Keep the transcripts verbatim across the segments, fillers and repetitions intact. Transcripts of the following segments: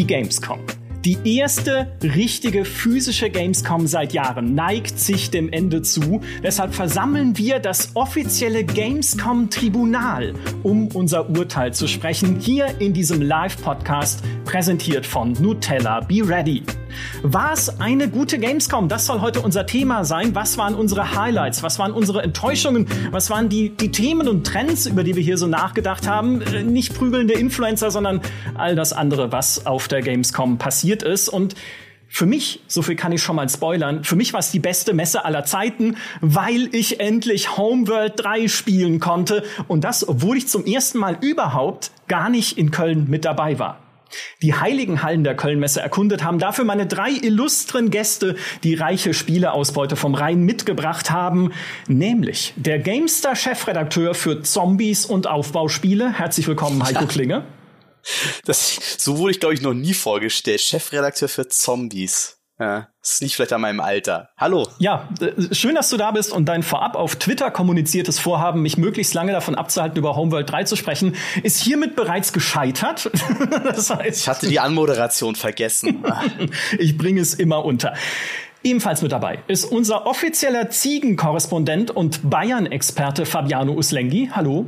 Die Gamescom. Die erste richtige physische Gamescom seit Jahren neigt sich dem Ende zu. Deshalb versammeln wir das offizielle Gamescom-Tribunal, um unser Urteil zu sprechen, hier in diesem Live-Podcast, präsentiert von Nutella. Be ready! War es eine gute Gamescom? Das soll heute unser Thema sein. Was waren unsere Highlights? Was waren unsere Enttäuschungen? Was waren die, die Themen und Trends, über die wir hier so nachgedacht haben? Nicht prügelnde Influencer, sondern all das andere, was auf der Gamescom passiert ist. Und für mich, so viel kann ich schon mal spoilern, für mich war es die beste Messe aller Zeiten, weil ich endlich Homeworld drei spielen konnte. Und das, obwohl ich zum ersten Mal überhaupt gar nicht in Köln mit dabei war. Die heiligen Hallen der Kölnmesse erkundet haben, dafür meine drei illustren Gäste, die reiche Spieleausbeute vom Rhein mitgebracht haben, nämlich der GameStar-Chefredakteur für Zombies und Aufbauspiele. Herzlich willkommen, Heiko ja. Klinge. Das, so wurde ich, glaube ich, noch nie vorgestellt. Chefredakteur für Zombies. Ja, das liegt vielleicht an meinem Alter. Hallo. Ja, schön, dass du da bist und dein vorab auf Twitter kommuniziertes Vorhaben, mich möglichst lange davon abzuhalten, über Homeworld drei zu sprechen, ist hiermit bereits gescheitert. Das heißt, ich hatte die Anmoderation vergessen. Ich bringe es immer unter. Ebenfalls mit dabei ist unser offizieller Ziegenkorrespondent und Bayern-Experte Fabiano Uslengi. Hallo.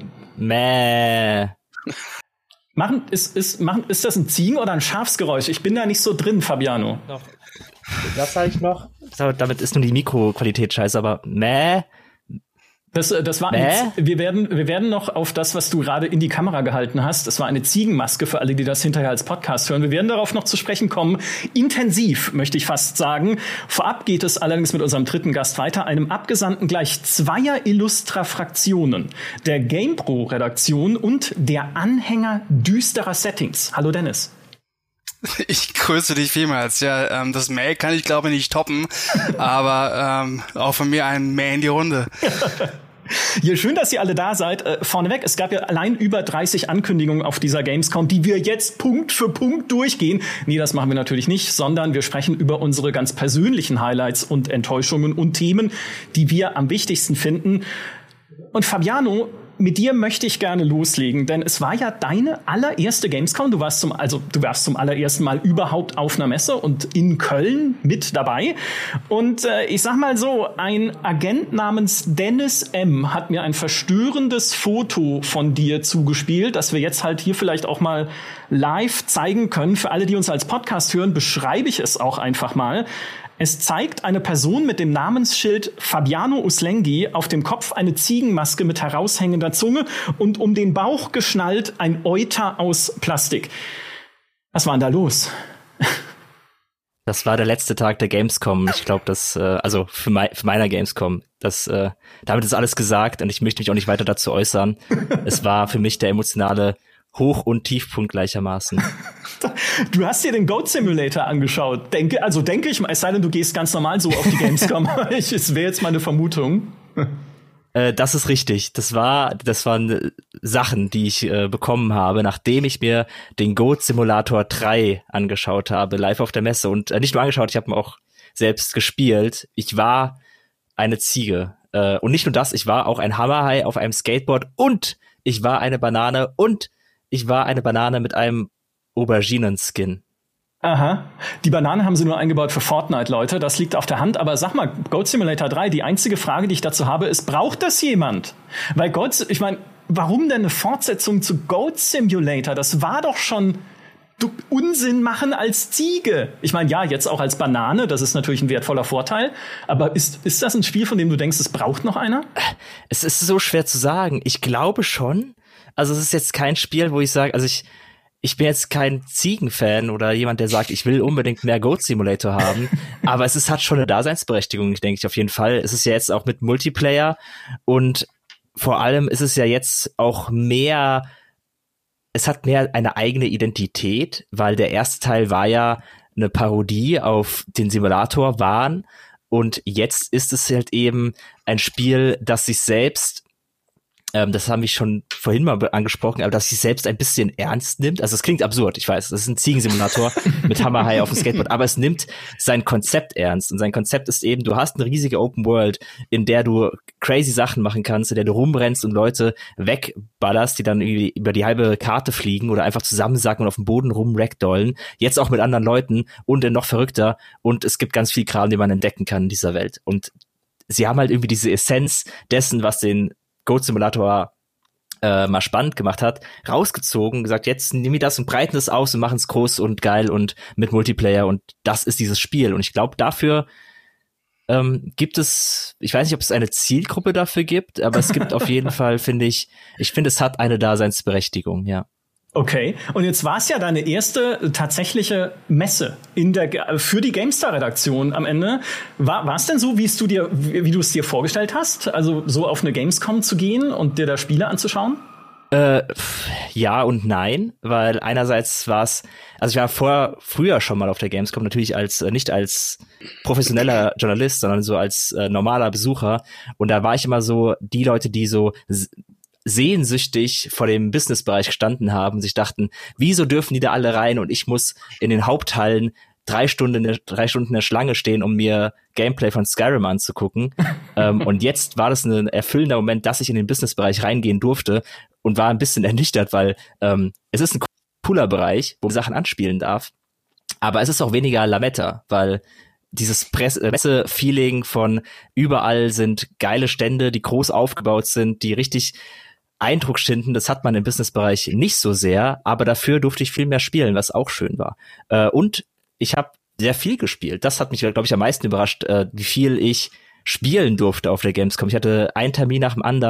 Mäh. Machen, ist, ist, machen, ist das ein Ziegen- oder ein Schafsgeräusch? Ich bin da nicht so drin, Fabiano. Doch. Das sage ich noch. Damit ist nur die Mikroqualität scheiße, aber mäh. Das, das war eine, wir werden, wir werden noch auf das, was du gerade in die Kamera gehalten hast. Das war eine Ziegenmaske für alle, die das hinterher als Podcast hören. Wir werden darauf noch zu sprechen kommen. Intensiv, möchte ich fast sagen. Vorab geht es allerdings mit unserem dritten Gast weiter, einem Abgesandten gleich zweier illustrer Fraktionen, der GamePro-Redaktion und der Anhänger düsterer Settings. Hallo Dennis. Ich grüße dich vielmals. Ja, ähm, das Mail kann ich, glaube ich, nicht toppen, aber ähm, auch von mir ein Mail in die Runde. Ja, schön, dass ihr alle da seid. Äh, vorneweg, es gab ja allein über dreißig Ankündigungen auf dieser Gamescom, die wir jetzt Punkt für Punkt durchgehen. Nee, das machen wir natürlich nicht, sondern wir sprechen über unsere ganz persönlichen Highlights und Enttäuschungen und Themen, die wir am wichtigsten finden. Und Fabiano, mit dir möchte ich gerne loslegen, denn es war ja deine allererste Gamescom. Du warst zum, also du warst zum allerersten Mal überhaupt auf einer Messe und in Köln mit dabei. Und äh, ich sag mal so, ein Agent namens Dennis M. hat mir ein verstörendes Foto von dir zugespielt, das wir jetzt halt hier vielleicht auch mal live zeigen können. Für alle, die uns als Podcast hören, beschreibe ich es auch einfach mal. Es zeigt eine Person mit dem Namensschild Fabiano Uslengi, auf dem Kopf eine Ziegenmaske mit heraushängender Zunge und um den Bauch geschnallt ein Euter aus Plastik. Was war denn da los? Das war der letzte Tag der Gamescom. Ich glaube, das, äh, also für, mein, für meiner Gamescom, das, äh, damit ist alles gesagt und ich möchte mich auch nicht weiter dazu äußern. Es war für mich der emotionale Hoch- und Tiefpunkt gleichermaßen. Du hast dir den Goat Simulator angeschaut. Denke, also denke ich mal, es sei denn, du gehst ganz normal so auf die Gamescom. Es wäre jetzt meine Vermutung. Äh, das ist richtig. Das war, das waren Sachen, die ich äh, bekommen habe, nachdem ich mir den Goat Simulator drei angeschaut habe, live auf der Messe. Und äh, nicht nur angeschaut, ich habe ihn auch selbst gespielt. Ich war eine Ziege. Äh, und nicht nur das, ich war auch ein Hammerhai auf einem Skateboard und ich war eine Banane und ich war eine Banane mit einem Auberginen-Skin. Aha. Die Banane haben sie nur eingebaut für Fortnite, Leute. Das liegt auf der Hand. Aber sag mal, Goat Simulator drei, die einzige Frage, die ich dazu habe, ist, braucht das jemand? Weil Goat, ich meine, warum denn eine Fortsetzung zu Goat Simulator? Das war doch schon Unsinn machen als Ziege. Ich meine, ja, jetzt auch als Banane, das ist natürlich ein wertvoller Vorteil. Aber ist, ist das ein Spiel, von dem du denkst, es braucht noch einer? Es ist so schwer zu sagen. Ich glaube schon. Also es ist jetzt kein Spiel, wo ich sage, also ich ich bin jetzt kein Ziegenfan oder jemand, der sagt, ich will unbedingt mehr Goat Simulator haben, aber es ist, hat schon eine Daseinsberechtigung, ich denke ich auf jeden Fall. Es ist ja jetzt auch mit Multiplayer und vor allem ist es ja jetzt auch mehr, es hat mehr eine eigene Identität, weil der erste Teil war ja eine Parodie auf den Simulator Wahn und jetzt ist es halt eben ein Spiel, das sich selbst ähm, das haben wir schon vorhin mal angesprochen, aber dass sie selbst ein bisschen ernst nimmt. Also es klingt absurd, ich weiß, das ist ein Ziegensimulator mit Hammerhai auf dem Skateboard, aber es nimmt sein Konzept ernst. Und sein Konzept ist eben, du hast eine riesige Open World, in der du crazy Sachen machen kannst, in der du rumrennst und Leute wegballerst, die dann irgendwie über die halbe Karte fliegen oder einfach zusammensacken und auf dem Boden rumragdollen. Jetzt auch mit anderen Leuten und dann noch verrückter. Und es gibt ganz viel Kram, den man entdecken kann in dieser Welt. Und sie haben halt irgendwie diese Essenz dessen, was den Goat Simulator äh, mal spannend gemacht hat, rausgezogen, gesagt, jetzt nehmen wir das und breiten es aus und machen es groß und geil und mit Multiplayer und das ist dieses Spiel. Und ich glaube, dafür ähm, gibt es, ich weiß nicht, ob es eine Zielgruppe dafür gibt, aber es gibt auf jeden Fall, finde ich, ich finde, es hat eine Daseinsberechtigung, ja. Okay, und jetzt war es ja deine erste tatsächliche Messe in der für die GameStar-Redaktion am Ende. War war es denn so, wie es du dir, wie, wie du es dir vorgestellt hast? Also so auf eine Gamescom zu gehen und dir da Spiele anzuschauen? Äh, ja und nein, weil einerseits war es, also ich war vor früher schon mal auf der Gamescom, natürlich als äh, nicht als professioneller Journalist, sondern so als äh, normaler Besucher. Und da war ich immer so die Leute, die so sehnsüchtig vor dem Businessbereich gestanden haben, sich dachten, wieso dürfen die da alle rein und ich muss in den Haupthallen drei Stunden in der, drei Stunden in der Schlange stehen, um mir Gameplay von Skyrim anzugucken. ähm, und jetzt war das ein erfüllender Moment, dass ich in den Businessbereich reingehen durfte und war ein bisschen ernüchtert, weil ähm, es ist ein cooler Bereich, wo man Sachen anspielen darf, aber es ist auch weniger Lametta, weil dieses Presse- Messe-Feeling von überall sind geile Stände, die groß aufgebaut sind, die richtig Eindruck schinden, das hat man im Businessbereich nicht so sehr, aber dafür durfte ich viel mehr spielen, was auch schön war. Äh, und ich habe sehr viel gespielt. Das hat mich, glaube ich, am meisten überrascht, äh, wie viel ich spielen durfte auf der Gamescom. Ich hatte einen Termin nach dem anderen,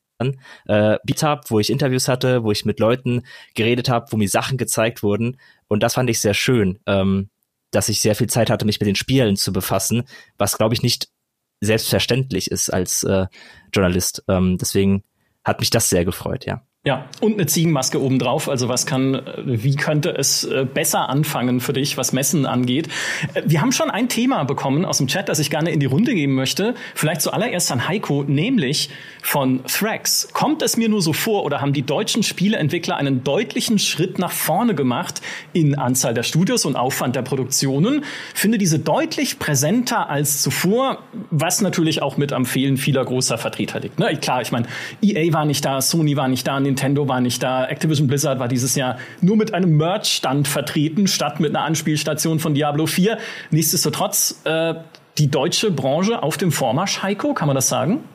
äh, Meetup, wo ich Interviews hatte, wo ich mit Leuten geredet habe, wo mir Sachen gezeigt wurden. Und das fand ich sehr schön, ähm, dass ich sehr viel Zeit hatte, mich mit den Spielen zu befassen, was, glaube ich, nicht selbstverständlich ist als äh, Journalist. Ähm, deswegen hat mich das sehr gefreut, ja. Ja, und eine Ziegenmaske obendrauf. Also was kann, wie könnte es besser anfangen für dich, was Messen angeht? Wir haben schon ein Thema bekommen aus dem Chat, das ich gerne in die Runde geben möchte. Vielleicht zuallererst an Heiko, nämlich von Thrax. Kommt es mir nur so vor oder haben die deutschen Spieleentwickler einen deutlichen Schritt nach vorne gemacht in Anzahl der Studios und Aufwand der Produktionen? Finde diese deutlich präsenter als zuvor, was natürlich auch mit am Fehlen vieler großer Vertreter liegt. Ne? Klar, ich meine, E A war nicht da, Sony war nicht da, Nintendo war nicht da, Activision Blizzard war dieses Jahr nur mit einem Merch-Stand vertreten, statt mit einer Anspielstation von Diablo vier. Nichtsdestotrotz, äh, die deutsche Branche auf dem Vormarsch, Heiko, kann man das sagen?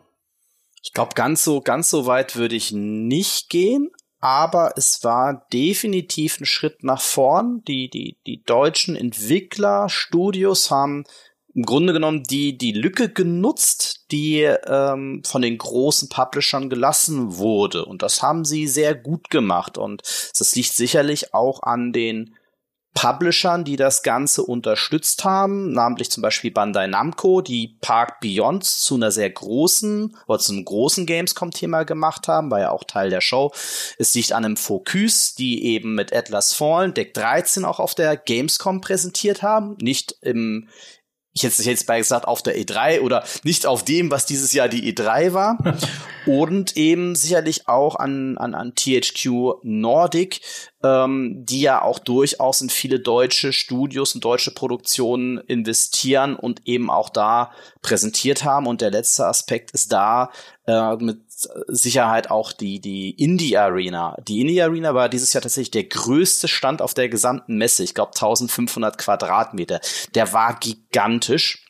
Ich glaube, ganz so, ganz so weit würde ich nicht gehen, aber es war definitiv ein Schritt nach vorn. Die, die, die deutschen Entwickler, Studios haben im Grunde genommen die die Lücke genutzt, die ähm, von den großen Publishern gelassen wurde. Und das haben sie sehr gut gemacht. Und das liegt sicherlich auch an den Publishern, die das Ganze unterstützt haben, namentlich zum Beispiel Bandai Namco, die Park Beyond zu einer sehr großen oder zu einem großen Gamescom-Thema gemacht haben, war ja auch Teil der Show. Es liegt an einem Focus, die eben mit Atlas Fallen, Deck dreizehn auch auf der Gamescom präsentiert haben, nicht im Ich hätte es jetzt bei gesagt, auf der E drei oder nicht auf dem, was dieses Jahr die E drei war. Und eben sicherlich auch an, an, an T H Q Nordic, ähm, die ja auch durchaus in viele deutsche Studios und deutsche Produktionen investieren und eben auch da präsentiert haben. Und der letzte Aspekt ist da äh, mit Sicherheit auch die die Indie Arena. Die Indie Arena war dieses Jahr tatsächlich der größte Stand auf der gesamten Messe. Ich glaube eintausendfünfhundert Quadratmeter. Der war gigantisch.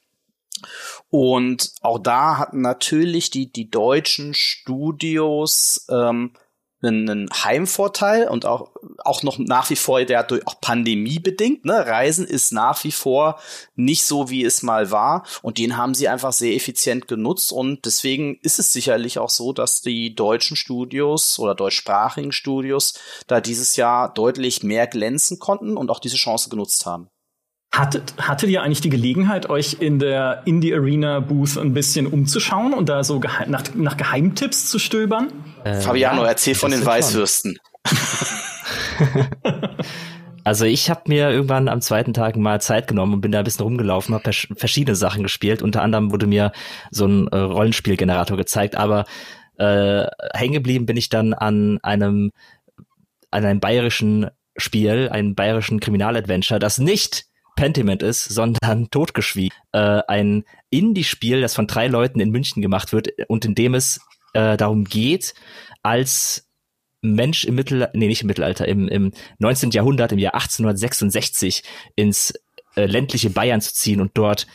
Und auch da hatten natürlich die die deutschen Studios ähm, einen Heimvorteil und auch auch noch nach wie vor, der durch auch pandemiebedingt, ne, Reisen ist nach wie vor nicht so, wie es mal war, und den haben sie einfach sehr effizient genutzt, und deswegen ist es sicherlich auch so, dass die deutschen Studios oder deutschsprachigen Studios da dieses Jahr deutlich mehr glänzen konnten und auch diese Chance genutzt haben. Hattet, hattet ihr eigentlich die Gelegenheit, euch in der Indie Arena Booth ein bisschen umzuschauen und da so geheim, nach, nach Geheimtipps zu stöbern? Äh, Fabiano, ja, erzähl von den Weißwürsten. Also ich habe mir irgendwann am zweiten Tag mal Zeit genommen und bin da ein bisschen rumgelaufen, habe verschiedene Sachen gespielt. Unter anderem wurde mir so ein äh, Rollenspielgenerator gezeigt, aber Äh, hängen geblieben bin ich dann an einem, an einem bayerischen Spiel, einem bayerischen Kriminaladventure, das nicht Pentiment ist, sondern Totgeschwiegen. Äh, ein Indie-Spiel, das von drei Leuten in München gemacht wird und in dem es äh, darum geht, als Mensch im Mittelalter, nee, nicht im Mittelalter, im, im neunzehnten Jahrhundert, im Jahr achtzehnhundertsechsundsechzig ins äh, ländliche Bayern zu ziehen und dort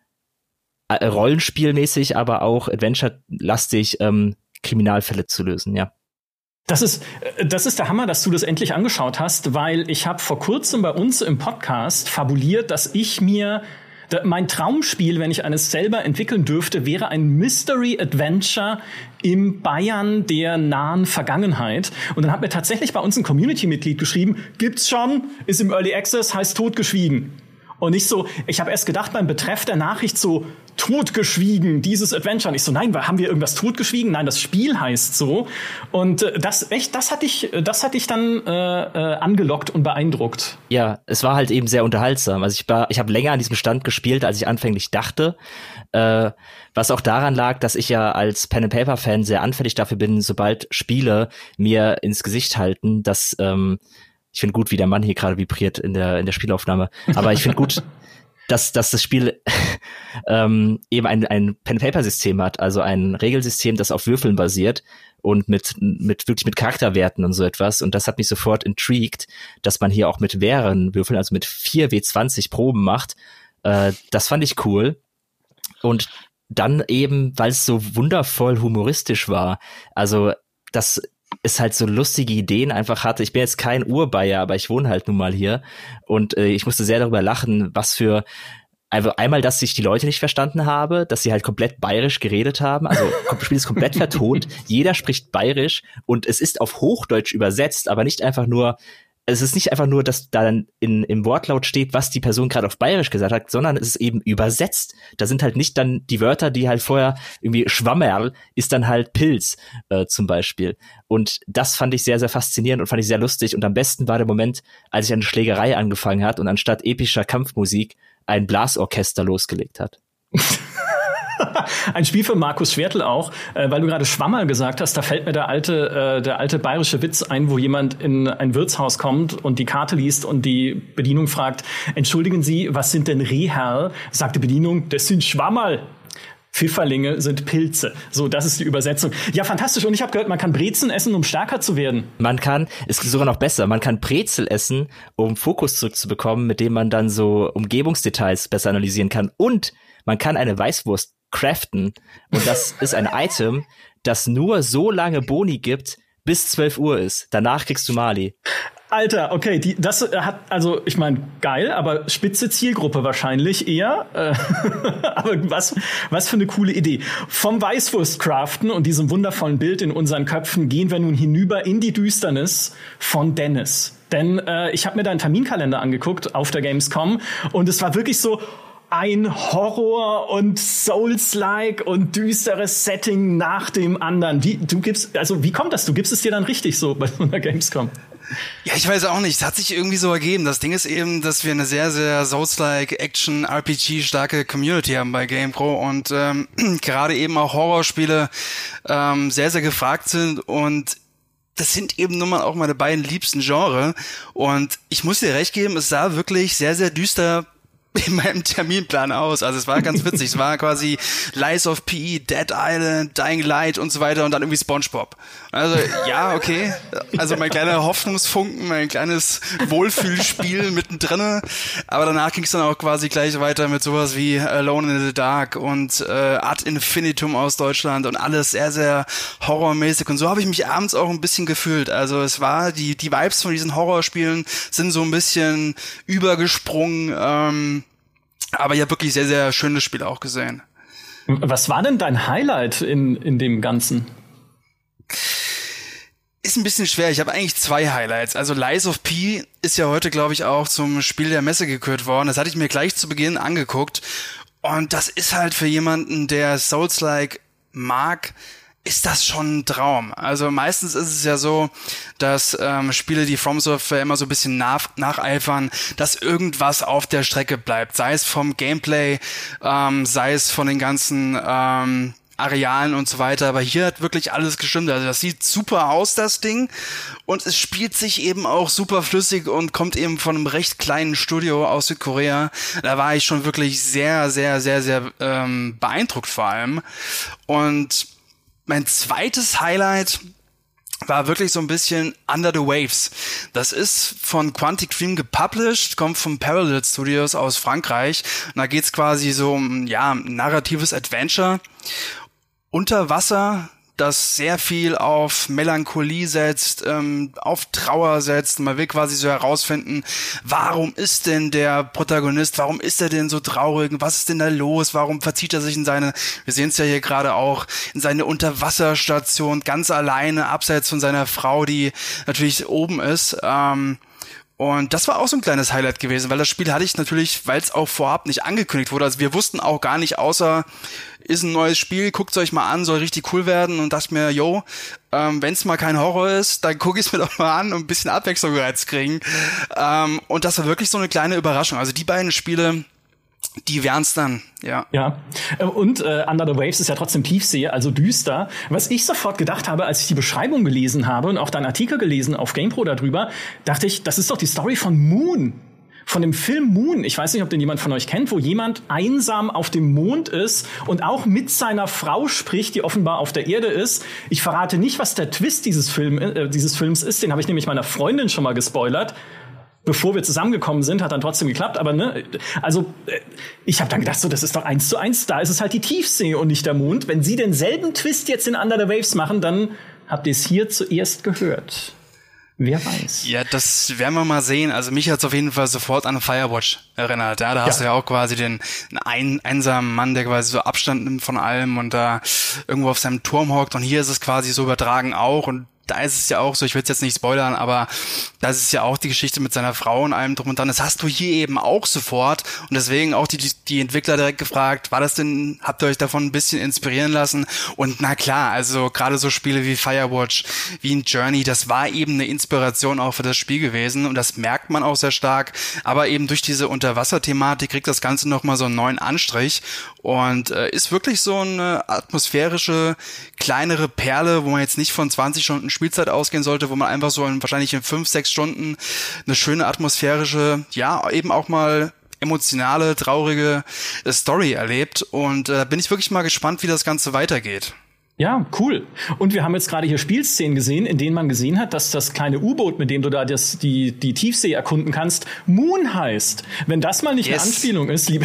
äh, rollenspielmäßig, aber auch adventure-lastig ähm, Kriminalfälle zu lösen, ja. Das ist, das ist der Hammer, dass du das endlich angeschaut hast, weil ich habe vor kurzem bei uns im Podcast fabuliert, dass ich mir mein Traumspiel, wenn ich eines selber entwickeln dürfte, wäre ein Mystery Adventure im Bayern der nahen Vergangenheit. Und dann hat mir tatsächlich bei uns ein Community-Mitglied geschrieben, gibt's schon, ist im Early Access, heißt totgeschwiegen. Und nicht so, ich habe erst gedacht beim Betreff der Nachricht so, totgeschwiegen, dieses Adventure. Und ich so, nein, haben wir irgendwas totgeschwiegen? Nein, das Spiel heißt so. Und äh, das echt, das hatte ich, das hatte ich dann äh, äh, angelockt und beeindruckt. Ja, es war halt eben sehr unterhaltsam. Also ich war, ich habe länger an diesem Stand gespielt, als ich anfänglich dachte. Äh, was auch daran lag, dass ich ja als Pen-and-Paper-Fan sehr anfällig dafür bin, sobald Spiele mir ins Gesicht halten, dass ähm, ich finde gut, wie der Mann hier gerade vibriert in der in der Spielaufnahme. Aber ich finde gut, dass, dass das Spiel ähm, eben ein, ein Pen-and-Paper-System hat, also ein Regelsystem, das auf Würfeln basiert und mit, mit wirklich mit Charakterwerten und so etwas. Und das hat mich sofort intrigued, dass man hier auch mit mehreren Würfeln, also mit vier W zwanzig Proben macht. Äh, das fand ich cool. Und dann eben, weil es so wundervoll humoristisch war, also das es halt so lustige Ideen einfach hatte. Ich bin jetzt kein Urbayer, aber ich wohne halt nun mal hier und äh, ich musste sehr darüber lachen, was für also einmal, dass ich die Leute nicht verstanden habe, dass sie halt komplett bayerisch geredet haben, also das Spiel ist komplett vertont, jeder spricht bayerisch und es ist auf Hochdeutsch übersetzt, aber nicht einfach nur es ist nicht einfach nur, dass da dann in, im Wortlaut steht, was die Person gerade auf Bayerisch gesagt hat, sondern es ist eben übersetzt. Da sind halt nicht dann die Wörter, die halt vorher irgendwie Schwammerl ist dann halt Pilz äh, zum Beispiel. Und das fand ich sehr, sehr faszinierend und fand ich sehr lustig. Und am besten war der Moment, als ich eine Schlägerei angefangen hat und anstatt epischer Kampfmusik ein Blasorchester losgelegt hat. Ein Spiel für Markus Schwertl auch, äh, weil du gerade Schwammerl gesagt hast, da fällt mir der alte, äh, der alte bayerische Witz ein, wo jemand in ein Wirtshaus kommt und die Karte liest und die Bedienung fragt, entschuldigen Sie, was sind denn Rehherl? Sagt die Bedienung, das sind Schwammerl. Pfifferlinge sind Pilze. So, das ist die Übersetzung. Ja, fantastisch. Und ich habe gehört, man kann Brezen essen, um stärker zu werden. Man kann, es ist sogar noch besser, man kann Brezel essen, um Fokus zurückzubekommen, mit dem man dann so Umgebungsdetails besser analysieren kann. Und man kann eine Weißwurst craften. Und das ist ein Item, das nur so lange Boni gibt, bis zwölf Uhr ist. Danach kriegst du Mali. Alter, okay, die, das hat, also, ich meine, geil, aber spitze Zielgruppe wahrscheinlich eher. Äh, aber was, was für eine coole Idee. Vom Weißwurstcraften und diesem wundervollen Bild in unseren Köpfen gehen wir nun hinüber in die Düsternis von Dennis. Denn äh, ich habe mir da einen Terminkalender angeguckt auf der Gamescom und es war wirklich so ein Horror und Souls-like und düsteres Setting nach dem anderen. Wie, du gibst, also wie kommt das? Du gibst es dir dann richtig so bei so einer Gamescom? Ja, ich weiß auch nicht. Es hat sich irgendwie so ergeben. Das Ding ist eben, dass wir eine sehr, sehr Souls-like, Action-R P G-starke Community haben bei GamePro und ähm, gerade eben auch Horrorspiele ähm, sehr, sehr gefragt sind und das sind eben nun mal auch meine beiden liebsten Genre und ich muss dir recht geben, es sah wirklich sehr, sehr düster in meinem Terminplan aus. Also es war ganz witzig. Es war quasi Lies of P, Dead Island, Dying Light und so weiter und dann irgendwie SpongeBob. Also ja, okay. Also mein kleiner Hoffnungsfunken, mein kleines Wohlfühlspiel mittendrin. Aber danach ging es dann auch quasi gleich weiter mit sowas wie Alone in the Dark und äh, Ad Infinitum aus Deutschland und alles sehr, sehr horrormäßig. Und so habe ich mich abends auch ein bisschen gefühlt. Also es war, die die Vibes von diesen Horrorspielen sind so ein bisschen übergesprungen. Ähm, Aber ich habe wirklich sehr, sehr schönes Spiel auch gesehen. Was war denn dein Highlight in, in dem Ganzen? Ist ein bisschen schwer. Ich habe eigentlich zwei Highlights. Also Lies of P ist ja heute, glaube ich, auch zum Spiel der Messe gekürt worden. Das hatte ich mir gleich zu Beginn angeguckt. Und das ist halt für jemanden, der Souls-like mag, ist das schon ein Traum. Also meistens ist es ja so, dass ähm, Spiele, die From Software immer so ein bisschen nach, nacheifern, dass irgendwas auf der Strecke bleibt. Sei es vom Gameplay, ähm, sei es von den ganzen ähm, Arealen und so weiter, aber hier hat wirklich alles gestimmt. Also das sieht super aus, das Ding, und es spielt sich eben auch super flüssig und kommt eben von einem recht kleinen Studio aus Südkorea. Da war ich schon wirklich sehr, sehr, sehr, sehr ähm, beeindruckt vor allem. Und mein zweites Highlight war wirklich so ein bisschen Under the Waves. Das ist von Quantic Dream gepublished, kommt von Parallel Studios aus Frankreich. Und da geht's quasi so um, ja, narratives Adventure unter Wasser, das sehr viel auf Melancholie setzt, ähm, auf Trauer setzt. Man will quasi so herausfinden, warum ist denn der Protagonist, warum ist er denn so traurig, was ist denn da los, warum verzieht er sich in seine, wir sehen es ja hier gerade auch, in seine Unterwasserstation, ganz alleine, abseits von seiner Frau, die natürlich oben ist. Ähm, Und das war auch so ein kleines Highlight gewesen, weil das Spiel hatte ich natürlich, weil es auch vorab nicht angekündigt wurde. Also wir wussten auch gar nicht, außer ist ein neues Spiel, guckt's euch mal an, soll richtig cool werden, und dachte mir, yo, ähm, wenn es mal kein Horror ist, dann gucke ich es mir doch mal an, um ein bisschen Abwechslung reinzukriegen. Ähm, und das war wirklich so eine kleine Überraschung. Also die beiden Spiele, die wären's dann, ja. Ja, und äh, Under the Waves ist ja trotzdem Tiefsee, also düster. Was ich sofort gedacht habe, als ich die Beschreibung gelesen habe und auch deinen Artikel gelesen auf GamePro darüber, dachte ich, das ist doch die Story von Moon. Von dem Film Moon. Ich weiß nicht, ob den jemand von euch kennt, wo jemand einsam auf dem Mond ist und auch mit seiner Frau spricht, die offenbar auf der Erde ist. Ich verrate nicht, was der Twist dieses, Film, äh, dieses Films ist. Den habe ich nämlich meiner Freundin schon mal gespoilert. Bevor wir zusammengekommen sind, hat dann trotzdem geklappt. Aber ne, also ich habe dann gedacht, so, das ist doch eins zu eins. Da ist es halt die Tiefsee und nicht der Mond. Wenn sie denselben Twist jetzt in Under the Waves machen, dann habt ihr es hier zuerst gehört. Wer weiß. Ja, das werden wir mal sehen. Also mich hat's auf jeden Fall sofort an Firewatch erinnert. Ja, da hast ja. du ja auch quasi den einen einsamen Mann, der quasi so Abstand nimmt von allem und da irgendwo auf seinem Turm hockt. Und hier ist es quasi so übertragen auch. Und da ist es ja auch so, ich will es jetzt nicht spoilern, aber da ist es ja auch die Geschichte mit seiner Frau und allem drum und dran. Das hast du hier eben auch sofort, und deswegen auch die die Entwickler direkt gefragt, war das denn, habt ihr euch davon ein bisschen inspirieren lassen? Und na klar, also gerade so Spiele wie Firewatch, wie ein Journey, das war eben eine Inspiration auch für das Spiel gewesen, und das merkt man auch sehr stark, aber eben durch diese Unterwasser-Thematik kriegt das Ganze nochmal so einen neuen Anstrich und äh, ist wirklich so eine atmosphärische, kleinere Perle, wo man jetzt nicht von zwanzig Stunden Spielzeit ausgehen sollte, wo man einfach so in, wahrscheinlich in fünf, sechs Stunden eine schöne atmosphärische, ja, eben auch mal emotionale, traurige Story erlebt. Und da äh, bin ich wirklich mal gespannt, wie das Ganze weitergeht. Ja, cool. Und wir haben jetzt gerade hier Spielszenen gesehen, in denen man gesehen hat, dass das kleine U-Boot, mit dem du da das, die, die Tiefsee erkunden kannst, Moon heißt. Wenn das mal nicht yes. eine Anspielung ist, liebe...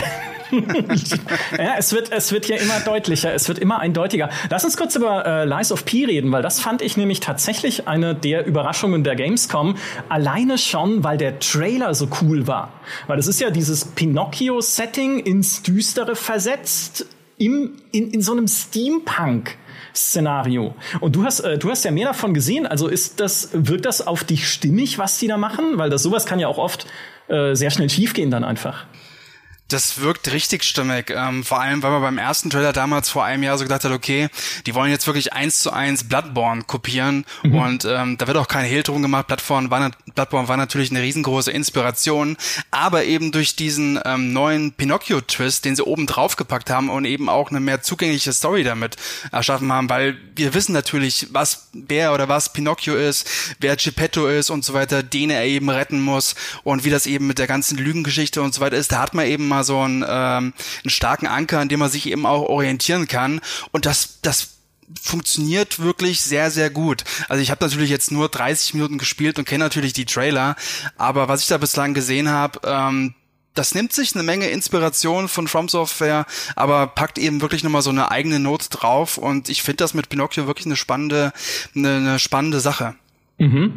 ja, es wird, es wird ja immer deutlicher, es wird immer eindeutiger. Lass uns kurz über äh, Lies of P reden, weil das fand ich nämlich tatsächlich eine der Überraschungen der Gamescom. Alleine schon, weil der Trailer so cool war. Weil das ist ja dieses Pinocchio-Setting ins Düstere versetzt, im, in, in so einem Steampunk Szenario. Und du hast, äh, du hast ja mehr davon gesehen. Also ist das, wirkt das auf dich stimmig, was die da machen? Weil das sowas kann ja auch oft äh, sehr schnell schiefgehen dann einfach. Das wirkt richtig stimmig, ähm, vor allem, weil man beim ersten Trailer damals vor einem Jahr so gedacht hat, okay, die wollen jetzt wirklich eins zu eins Bloodborne kopieren, mhm. und ähm, da wird auch kein Hehl drum gemacht. Bloodborne war, Bloodborne war natürlich eine riesengroße Inspiration, aber eben durch diesen ähm, neuen Pinocchio-Twist, den sie oben drauf gepackt haben und eben auch eine mehr zugängliche Story damit erschaffen haben, weil wir wissen natürlich, was wer oder was Pinocchio ist, wer Geppetto ist und so weiter, den er eben retten muss, und wie das eben mit der ganzen Lügengeschichte und so weiter ist. Da hat man eben mal so einen, ähm, einen starken Anker, an dem man sich eben auch orientieren kann, und das das funktioniert wirklich sehr, sehr gut. Also ich habe natürlich jetzt nur dreißig Minuten gespielt und kenne natürlich die Trailer, aber was ich da bislang gesehen habe, ähm, das nimmt sich eine Menge Inspiration von From Software, aber packt eben wirklich nochmal so eine eigene Note drauf, und ich finde das mit Pinocchio wirklich eine spannende, eine, eine spannende Sache. Mhm.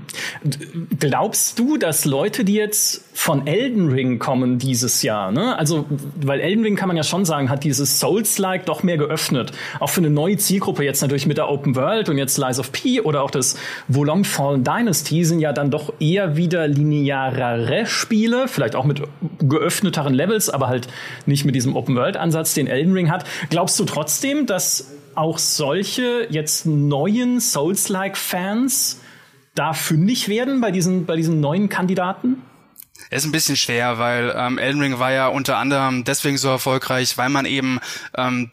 Glaubst du, dass Leute, die jetzt von Elden Ring kommen dieses Jahr, ne? Also, weil Elden Ring, kann man ja schon sagen, hat dieses Souls-like doch mehr geöffnet. Auch für eine neue Zielgruppe, jetzt natürlich mit der Open World und jetzt Lies of P oder auch das Wo Long Fallen Dynasty sind ja dann doch eher wieder linearere Spiele, vielleicht auch mit geöffneteren Levels, aber halt nicht mit diesem Open World Ansatz, den Elden Ring hat. Glaubst du trotzdem, dass auch solche jetzt neuen Souls-like Fans da fündig werden bei diesen, bei diesen neuen Kandidaten? Es ist ein bisschen schwer, weil ähm, Elden Ring war ja unter anderem deswegen so erfolgreich, weil man eben ähm,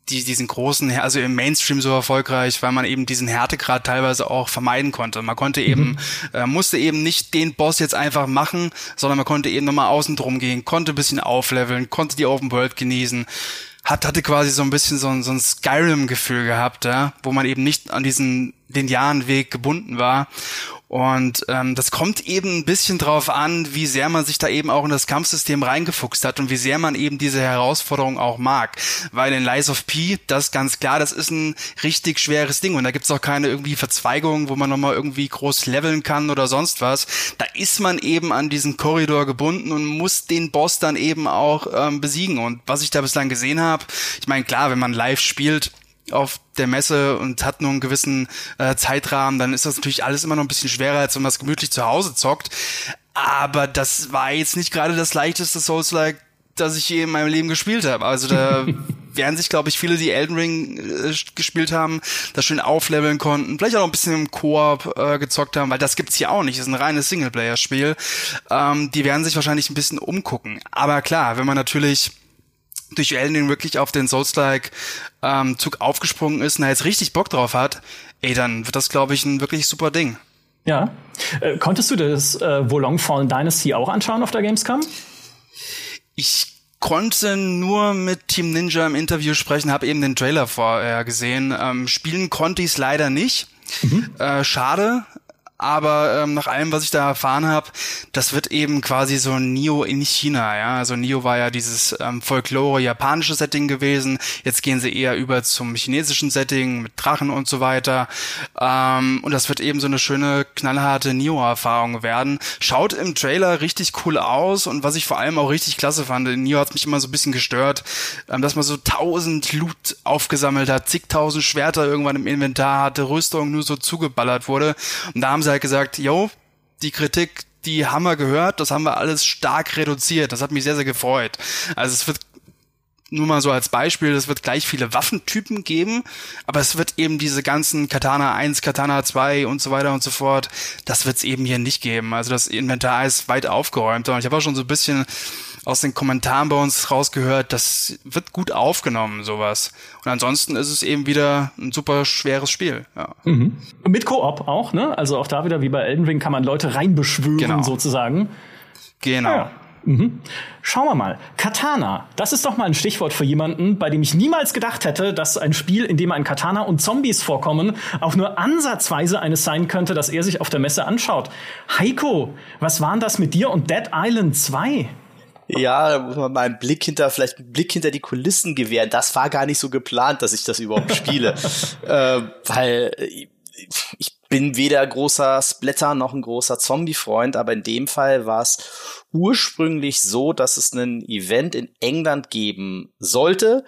die, diesen großen, also im Mainstream so erfolgreich, weil man eben diesen Härtegrad teilweise auch vermeiden konnte. Man konnte eben, mhm. äh, musste eben nicht den Boss jetzt einfach machen, sondern man konnte eben nochmal außen drum gehen, konnte ein bisschen aufleveln, konnte die Open World genießen. Hat, hatte quasi so ein bisschen so ein, so ein Skyrim-Gefühl gehabt, ja, wo man eben nicht an diesen linearen Weg gebunden war. Und ähm, das kommt eben ein bisschen drauf an, wie sehr man sich da eben auch in das Kampfsystem reingefuchst hat und wie sehr man eben diese Herausforderung auch mag. Weil in Lies of P, das ist ganz klar, das ist ein richtig schweres Ding und da gibt's auch keine irgendwie Verzweigungen, wo man nochmal irgendwie groß leveln kann oder sonst was. Da ist man eben an diesen Korridor gebunden und muss den Boss dann eben auch ähm, besiegen. Und was ich da bislang gesehen habe, ich meine, klar, wenn man live spielt auf der Messe und hat nur einen gewissen äh, Zeitrahmen, dann ist das natürlich alles immer noch ein bisschen schwerer, als wenn man es gemütlich zu Hause zockt. Aber das war jetzt nicht gerade das leichteste Souls-like, das ich je in meinem Leben gespielt habe. Also da werden sich, glaube ich, viele, die Elden Ring äh, gespielt haben, das schön aufleveln konnten, vielleicht auch noch ein bisschen im Koop äh, gezockt haben, weil das gibt's hier auch nicht. Das ist ein reines Singleplayer-Spiel. Ähm, die werden sich wahrscheinlich ein bisschen umgucken. Aber klar, wenn man natürlich durch Elden Ring wirklich auf den Souls-like ähm, Zug aufgesprungen ist und er jetzt richtig Bock drauf hat, ey, dann wird das, glaube ich, ein wirklich super Ding. Ja. Äh, konntest du das äh, Wolong Fallen Dynasty auch anschauen auf der Gamescom? Ich konnte nur mit Team Ninja im Interview sprechen, habe eben den Trailer vorher gesehen. Ähm, spielen konnte ich es leider nicht. Mhm. Äh, schade. Aber ähm, nach allem, was ich da erfahren habe, das wird eben quasi so Nioh in China, ja. Also Nioh war ja dieses ähm, Folklore-japanische Setting gewesen. Jetzt gehen sie eher über zum chinesischen Setting mit Drachen und so weiter. Ähm, und das wird eben so eine schöne, knallharte Nioh-Erfahrung werden. Schaut im Trailer richtig cool aus und was ich vor allem auch richtig klasse fand, in Nioh hat mich immer so ein bisschen gestört, ähm, dass man so tausend Loot aufgesammelt hat, zigtausend Schwerter irgendwann im Inventar hatte, Rüstung nur so zugeballert wurde. Und da haben sie halt gesagt, yo, die Kritik, die haben wir gehört, das haben wir alles stark reduziert. Das hat mich sehr, sehr gefreut. Also es wird, nur mal so als Beispiel, es wird gleich viele Waffentypen geben, aber es wird eben diese ganzen Katana eins, Katana zwei und so weiter und so fort, das wird es eben hier nicht geben. Also das Inventar ist weit aufgeräumt und ich habe auch schon so ein bisschen aus den Kommentaren bei uns rausgehört, das wird gut aufgenommen, sowas. Und ansonsten ist es eben wieder ein super schweres Spiel. Ja. Mhm. Mit Koop auch, ne? Also auch da wieder, wie bei Elden Ring, kann man Leute reinbeschwören, genau. sozusagen. Genau. Ja. Mhm. Schauen wir mal. Katana, das ist doch mal ein Stichwort für jemanden, bei dem ich niemals gedacht hätte, dass ein Spiel, in dem ein Katana und Zombies vorkommen, auch nur ansatzweise eines sein könnte, das er sich auf der Messe anschaut. Heiko, was waren das mit dir und Dead Island zwei? Ja, da muss man mal einen Blick hinter, vielleicht einen Blick hinter die Kulissen gewähren. Das war gar nicht so geplant, dass ich das überhaupt spiele. äh, weil ich bin weder großer Splatter noch ein großer Zombie-Freund, aber in dem Fall war es ursprünglich so, dass es ein Event in England geben sollte.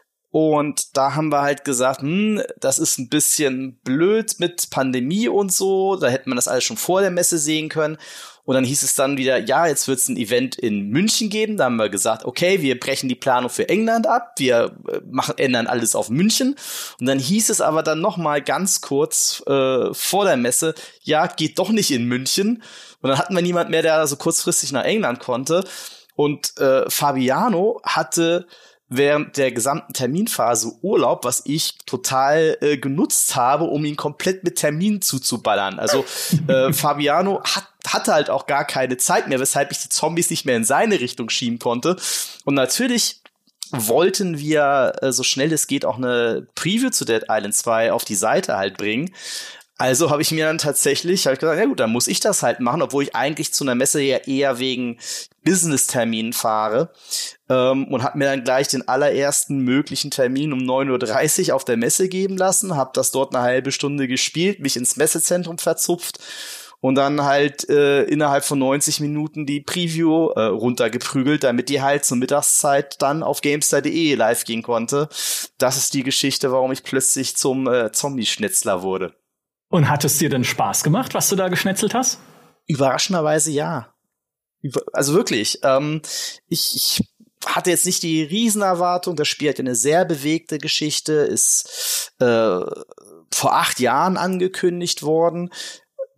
Und da haben wir halt gesagt, hm, das ist ein bisschen blöd mit Pandemie und so. Da hätte man das alles schon vor der Messe sehen können. Und dann hieß es dann wieder, ja, jetzt wird es ein Event in München geben. Da haben wir gesagt, okay, wir brechen die Planung für England ab. Wir machen, ändern alles auf München. Und dann hieß es aber dann noch mal ganz kurz äh, vor der Messe, ja, geht doch nicht in München. Und dann hatten wir niemand mehr, der so kurzfristig nach England konnte. Und äh, Fabiano hatte während der gesamten Terminphase Urlaub, was ich total äh, genutzt habe, um ihn komplett mit Terminen zuzuballern. Also äh, Fabiano hat, hatte halt auch gar keine Zeit mehr, weshalb ich die Zombies nicht mehr in seine Richtung schieben konnte. Und natürlich wollten wir äh, so schnell es geht auch eine Preview zu Dead Island zwei auf die Seite halt bringen. Also habe ich mir dann tatsächlich, habe ich gesagt, ja gut, dann muss ich das halt machen, obwohl ich eigentlich zu einer Messe ja eher wegen Business-Terminen fahre, ähm, und habe mir dann gleich den allerersten möglichen Termin um neun Uhr dreißig auf der Messe geben lassen, habe das dort eine halbe Stunde gespielt, mich ins Messezentrum verzupft und dann halt äh, innerhalb von neunzig Minuten die Preview äh, runtergeprügelt, damit die halt zur Mittagszeit dann auf GameStar punkt de live gehen konnte. Das ist die Geschichte, warum ich plötzlich zum äh, Zombie-Schnitzler wurde. Und hat es dir denn Spaß gemacht, was du da geschnetzelt hast? Überraschenderweise ja. Also wirklich. Ähm, ich, ich hatte jetzt nicht die Riesenerwartung. Das Spiel hat eine sehr bewegte Geschichte, ist äh, vor acht Jahren angekündigt worden.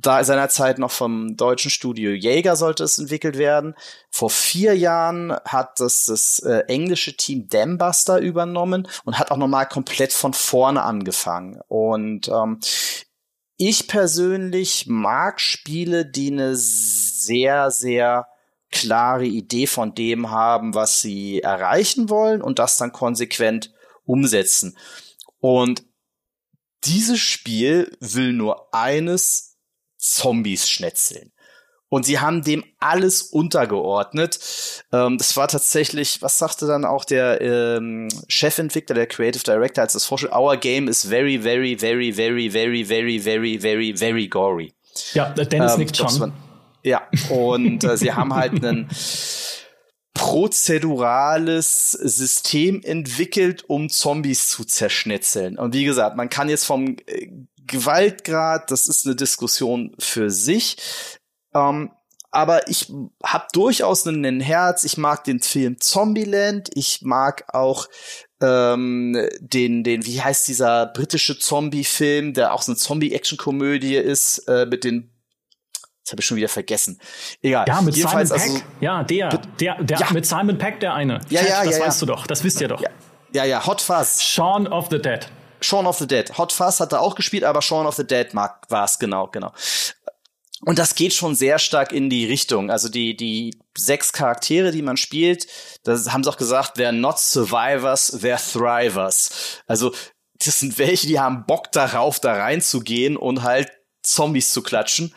da seinerzeit noch vom deutschen Studio Jaeger sollte es entwickelt werden. Vor vier Jahren hat das das äh, englische Team Dambuster übernommen und hat auch nochmal komplett von vorne angefangen. Und ähm, ich persönlich mag Spiele, die eine sehr, sehr klare Idee von dem haben, was sie erreichen wollen und das dann konsequent umsetzen. Und dieses Spiel will nur eines: Zombies schnetzeln. Und sie haben dem alles untergeordnet. Ähm, das war tatsächlich, was sagte dann auch der ähm, Chefentwickler, der Creative Director, als das vorstellt: Our game is very, very, very, very, very, very, very, very, very gory. Ja, Dennis ähm, nickt schon. Man, ja, und äh, sie haben halt einen prozedurales System entwickelt, um Zombies zu zerschnetzeln. Und wie gesagt, man kann jetzt vom äh, Gewaltgrad, das ist eine Diskussion für sich. Ähm, aber ich habe durchaus ein Herz. Ich mag den Film Zombieland. Ich mag auch ähm, den, den, wie heißt dieser britische Zombie-Film, der auch so eine Zombie-Action-Komödie ist, äh, mit den, das habe ich schon wieder vergessen. Egal. Ja, mit Jedenfalls Simon Pegg. Also, der, der, der, der, ja. mit Simon Pegg, der eine. Ja, Chat, ja, das ja, weißt ja. du doch. Das wisst ihr doch. Ja, ja, ja. Hot Fuzz. Shaun of the Dead. Shaun of the Dead. Hot Fuzz hat er auch gespielt, aber Shaun of the Dead war es, genau, genau. Und das geht schon sehr stark in die Richtung. Also die die sechs Charaktere, die man spielt, das haben sie auch gesagt, they're not survivors, they're thrivers. Also das sind welche, die haben Bock darauf, da reinzugehen und halt Zombies zu klatschen.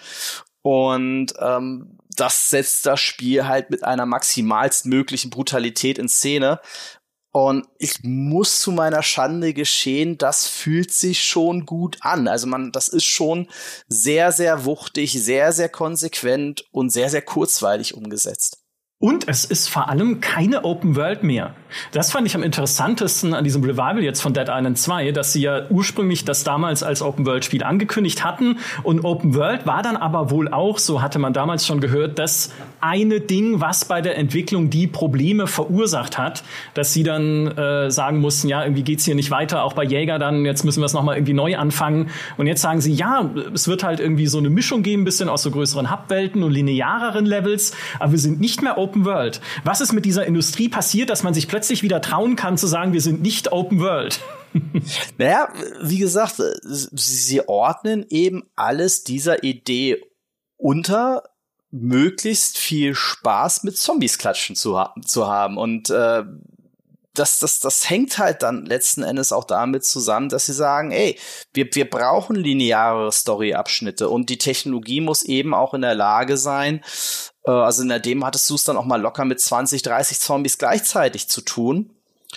Und ähm, das setzt das Spiel halt mit einer maximalst möglichen Brutalität in Szene. Und ich muss zu meiner Schande geschehen, das fühlt sich schon gut an. Also man, das ist schon sehr, sehr wuchtig, sehr, sehr konsequent und sehr, sehr kurzweilig umgesetzt. Und es ist vor allem keine Open World mehr. Das fand ich am interessantesten an diesem Revival jetzt von Dead Island zwei, dass sie ja ursprünglich das damals als Open World Spiel angekündigt hatten. Und Open World war dann aber wohl auch, so hatte man damals schon gehört, das eine Ding, was bei der Entwicklung die Probleme verursacht hat, dass sie dann äh, sagen mussten, ja, irgendwie geht's hier nicht weiter, auch bei Jäger dann, jetzt müssen wir es nochmal irgendwie neu anfangen. Und jetzt sagen sie, ja, es wird halt irgendwie so eine Mischung geben, ein bisschen aus so größeren Hubwelten und lineareren Levels, aber wir sind nicht mehr Open World. Was ist mit dieser Industrie passiert, dass man sich plötzlich wieder trauen kann zu sagen, wir sind nicht Open World? Naja, wie gesagt, sie ordnen eben alles dieser Idee unter, möglichst viel Spaß mit Zombies klatschen zu, ha- zu haben. Und äh, das, das, das hängt halt dann letzten Endes auch damit zusammen, dass sie sagen, ey, wir, wir brauchen lineare Story-Abschnitte und die Technologie muss eben auch in der Lage sein, äh, also in der Demo hattest du es dann auch mal locker mit zwanzig, dreißig Zombies gleichzeitig zu tun.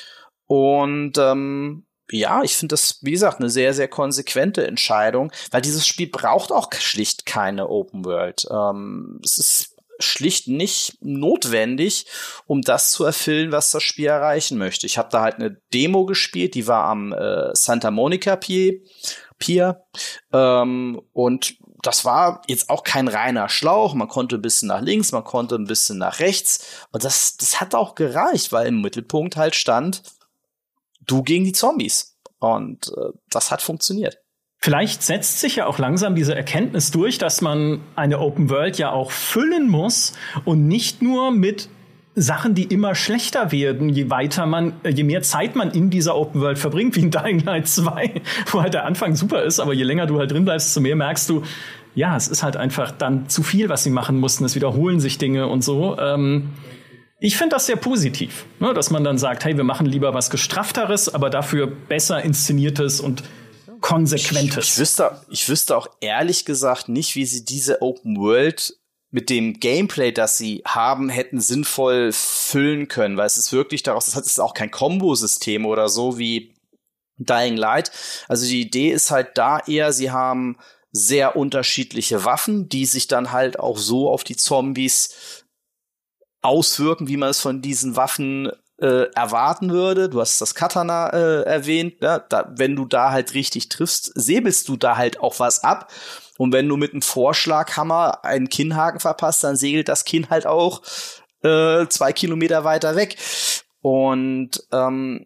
Und ähm, ja, ich finde das, wie gesagt, eine sehr, sehr konsequente Entscheidung, weil dieses Spiel braucht auch schlicht keine Open World. Ähm, es ist schlicht nicht notwendig, um das zu erfüllen, was das Spiel erreichen möchte. Ich habe da halt eine Demo gespielt, die war am äh, Santa Monica Pier, Pier ähm, und das war jetzt auch kein reiner Schlauch. Man konnte ein bisschen nach links, man konnte ein bisschen nach rechts und das, das hat auch gereicht, weil im Mittelpunkt halt stand, du gegen die Zombies. Und äh, das hat funktioniert. Vielleicht setzt sich ja auch langsam diese Erkenntnis durch, dass man eine Open World ja auch füllen muss und nicht nur mit Sachen, die immer schlechter werden, je weiter man, je mehr Zeit man in dieser Open World verbringt, wie in Dying Light zwei, wo halt der Anfang super ist, aber je länger du halt drin bleibst, desto mehr merkst du, ja, es ist halt einfach dann zu viel, was sie machen mussten. Es wiederholen sich Dinge und so. Ähm, Ich finde das sehr positiv, ne, dass man dann sagt, hey, wir machen lieber was Gestrafteres, aber dafür besser inszeniertes und konsequentes. Ich, ich, wüsste, ich wüsste auch ehrlich gesagt nicht, wie sie diese Open World mit dem Gameplay, das sie haben, hätten sinnvoll füllen können, weil es ist wirklich daraus, das ist auch kein Kombo-System oder so wie Dying Light. Also die Idee ist halt da eher, sie haben sehr unterschiedliche Waffen, die sich dann halt auch so auf die Zombies auswirken, wie man es von diesen Waffen äh, erwarten würde. Du hast das Katana äh, erwähnt. Ne? Da, wenn du da halt richtig triffst, säbelst du da halt auch was ab. Und wenn du mit einem Vorschlaghammer einen Kinnhaken verpasst, dann segelt das Kinn halt auch äh, zwei Kilometer weiter weg. Und ähm,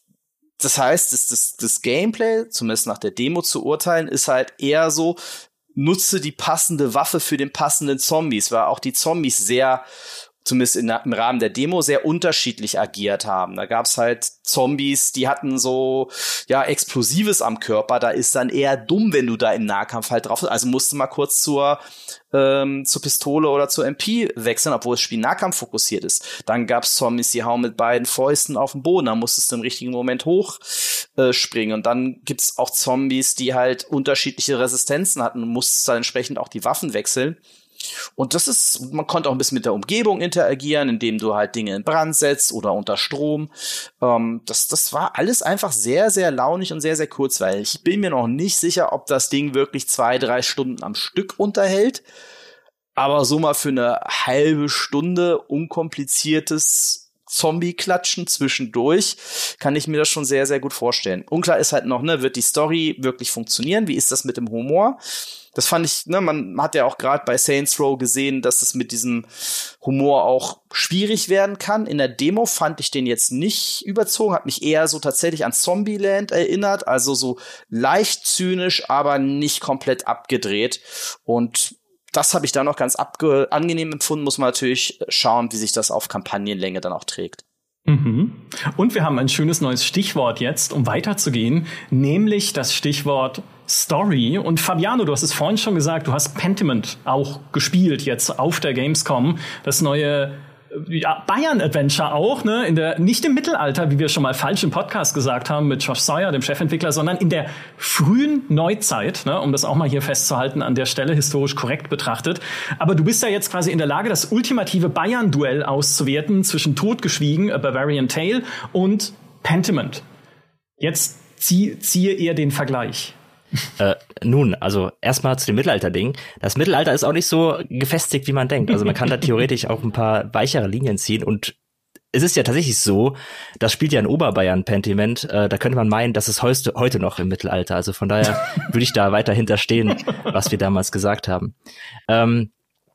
das heißt, das, das, das Gameplay, zumindest nach der Demo zu urteilen, ist halt eher so, nutze die passende Waffe für den passenden Zombies, weil auch die Zombies sehr, zumindest in, im Rahmen der Demo, sehr unterschiedlich agiert haben. Da gab's halt Zombies, die hatten so, ja, Explosives am Körper. Da ist dann eher dumm, wenn du da im Nahkampf halt drauf, also musst du mal kurz zur, ähm, zur Pistole oder zur M P wechseln, obwohl das Spiel Nahkampf fokussiert ist. Dann gab's Zombies, die hauen mit beiden Fäusten auf den Boden. Da musstest du im richtigen Moment hoch äh, springen. Und dann gibt's auch Zombies, die halt unterschiedliche Resistenzen hatten und musstest dann entsprechend auch die Waffen wechseln. Und das ist, man konnte auch ein bisschen mit der Umgebung interagieren, indem du halt Dinge in Brand setzt oder unter Strom. Ähm, das, das war alles einfach sehr, sehr launig und sehr, sehr kurzweilig. Ich bin mir noch nicht sicher, ob das Ding wirklich zwei, drei Stunden am Stück unterhält. Aber so mal für eine halbe Stunde unkompliziertes Zombie-Klatschen zwischendurch kann ich mir das schon sehr, sehr gut vorstellen. Unklar ist halt noch, ne, wird die Story wirklich funktionieren? Wie ist das mit dem Humor? Das fand ich, ne, man hat ja auch gerade bei Saints Row gesehen, dass es mit diesem Humor auch schwierig werden kann. In der Demo fand ich den jetzt nicht überzogen, hat mich eher so tatsächlich an Zombieland erinnert, also so leicht zynisch, aber nicht komplett abgedreht. Und das habe ich da noch ganz abge- angenehm empfunden, muss man natürlich schauen, wie sich das auf Kampagnenlänge dann auch trägt. Mhm. Und wir haben ein schönes neues Stichwort jetzt, um weiterzugehen, nämlich das Stichwort Story. Und Fabiano, du hast es vorhin schon gesagt, du hast Pentiment auch gespielt jetzt auf der Gamescom. Das neue ja, Bayern-Adventure auch, ne? In der, nicht im Mittelalter, wie wir schon mal falsch im Podcast gesagt haben mit Josh Sawyer, dem Chefentwickler, sondern in der frühen Neuzeit, ne? Um das auch mal hier festzuhalten, an der Stelle historisch korrekt betrachtet. Aber du bist ja jetzt quasi in der Lage, das ultimative Bayern-Duell auszuwerten zwischen Totgeschwiegen, A Bavarian Tale und Pentiment. Jetzt zieh, ziehe eher den Vergleich. Äh, nun, also erstmal zu dem Mittelalter-Ding. Das Mittelalter ist auch nicht so gefestigt, wie man denkt. Also man kann da theoretisch auch ein paar weichere Linien ziehen und es ist ja tatsächlich so, das spielt ja in Oberbayern Pentiment, äh, da könnte man meinen, das ist heute, heute noch im Mittelalter. Also von daher würde ich da weiter hinterstehen, was wir damals gesagt haben. Ähm,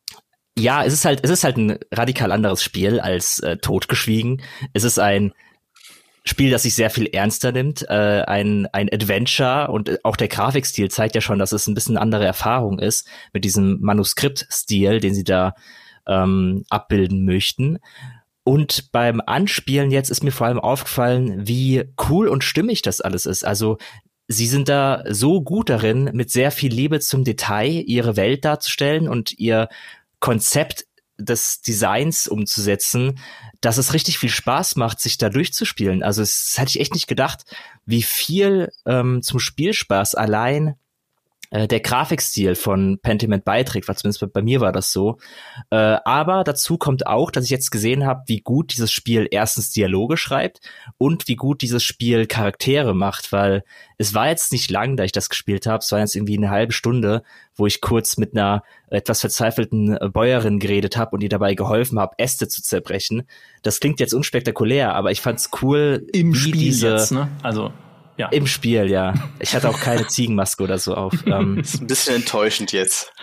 ja, es ist halt, es ist halt ein radikal anderes Spiel als äh, Totgeschwiegen. Es ist ein Spiel, das sich sehr viel ernster nimmt, äh, ein ein Adventure und auch der Grafikstil zeigt ja schon, dass es ein bisschen eine andere Erfahrung ist mit diesem Manuskriptstil, den sie da ähm, abbilden möchten. Und beim Anspielen jetzt ist mir vor allem aufgefallen, wie cool und stimmig das alles ist. Also sie sind da so gut darin, mit sehr viel Liebe zum Detail ihre Welt darzustellen und ihr Konzept des Designs umzusetzen, dass es richtig viel Spaß macht, sich da durchzuspielen. Also es, das hätte ich echt nicht gedacht, wie viel ähm, zum Spielspaß allein äh, der Grafikstil von Pentiment beiträgt, weil zumindest bei, bei mir war das so. Äh, aber dazu kommt auch, dass ich jetzt gesehen habe, wie gut dieses Spiel erstens Dialoge schreibt und wie gut dieses Spiel Charaktere macht, weil es war jetzt nicht lang, da ich das gespielt habe, es war jetzt irgendwie eine halbe Stunde, wo ich kurz mit einer etwas verzweifelten Bäuerin geredet habe und ihr dabei geholfen habe, Äste zu zerbrechen. Das klingt jetzt unspektakulär, aber ich fand's cool, im wie Spiel diese jetzt, ne? Also ja. Im Spiel, ja. Ich hatte auch keine Ziegenmaske oder so auf. Ähm, ist ein bisschen enttäuschend jetzt.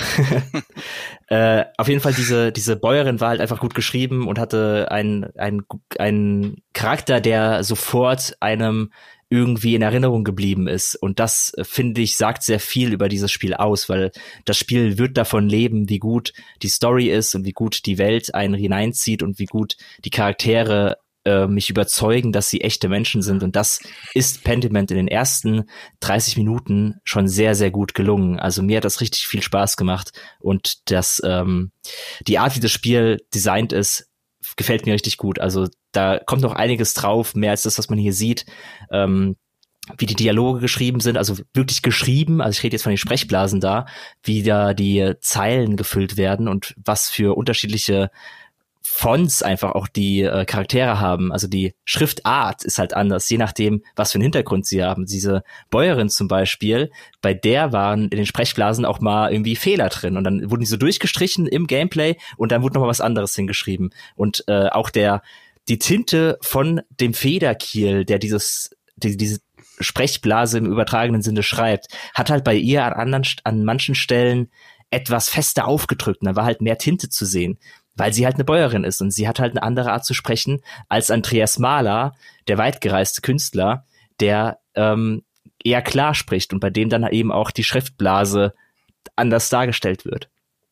äh, auf jeden Fall, diese diese Bäuerin war halt einfach gut geschrieben und hatte einen einen einen Charakter, der sofort einem irgendwie in Erinnerung geblieben ist. Und das, finde ich, sagt sehr viel über dieses Spiel aus, weil das Spiel wird davon leben, wie gut die Story ist und wie gut die Welt einen hineinzieht und wie gut die Charaktere äh, mich überzeugen, dass sie echte Menschen sind. Und das ist Pentiment in den ersten dreißig Minuten schon sehr, sehr gut gelungen. Also mir hat das richtig viel Spaß gemacht. Und das ähm, die Art, wie das Spiel designt ist, gefällt mir richtig gut. Also da kommt noch einiges drauf, mehr als das, was man hier sieht. Ähm, wie die Dialoge geschrieben sind, also wirklich geschrieben, also ich rede jetzt von den Sprechblasen da, wie da die Zeilen gefüllt werden und was für unterschiedliche Fonts einfach auch die äh, Charaktere haben. Also die Schriftart ist halt anders, je nachdem, was für einen Hintergrund sie haben. Diese Bäuerin zum Beispiel, bei der waren in den Sprechblasen auch mal irgendwie Fehler drin und dann wurden die so durchgestrichen im Gameplay und dann wurde noch mal was anderes hingeschrieben. Und äh, auch der die Tinte von dem Federkiel, der dieses die, diese Sprechblase im übertragenen Sinne schreibt, hat halt bei ihr an anderen an manchen Stellen etwas fester aufgedrückt und da war halt mehr Tinte zu sehen, weil sie halt eine Bäuerin ist und sie hat halt eine andere Art zu sprechen als Andreas Mahler, der weitgereiste Künstler, der ähm, eher klar spricht und bei dem dann eben auch die Schriftblase anders dargestellt wird.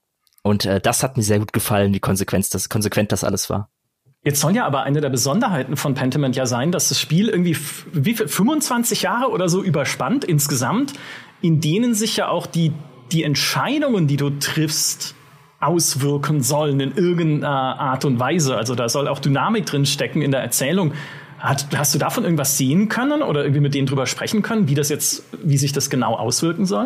Und äh, das hat mir sehr gut gefallen, wie konsequent das, konsequent das alles war. Jetzt soll ja aber eine der Besonderheiten von Pentiment ja sein, dass das Spiel irgendwie f- wie viel, fünfundzwanzig Jahre oder so überspannt insgesamt, in denen sich ja auch die, die Entscheidungen, die du triffst, auswirken sollen in irgendeiner Art und Weise. Also da soll auch Dynamik drin stecken in der Erzählung. Hat, hast du davon irgendwas sehen können oder irgendwie mit denen drüber sprechen können, wie das jetzt, wie sich das genau auswirken soll?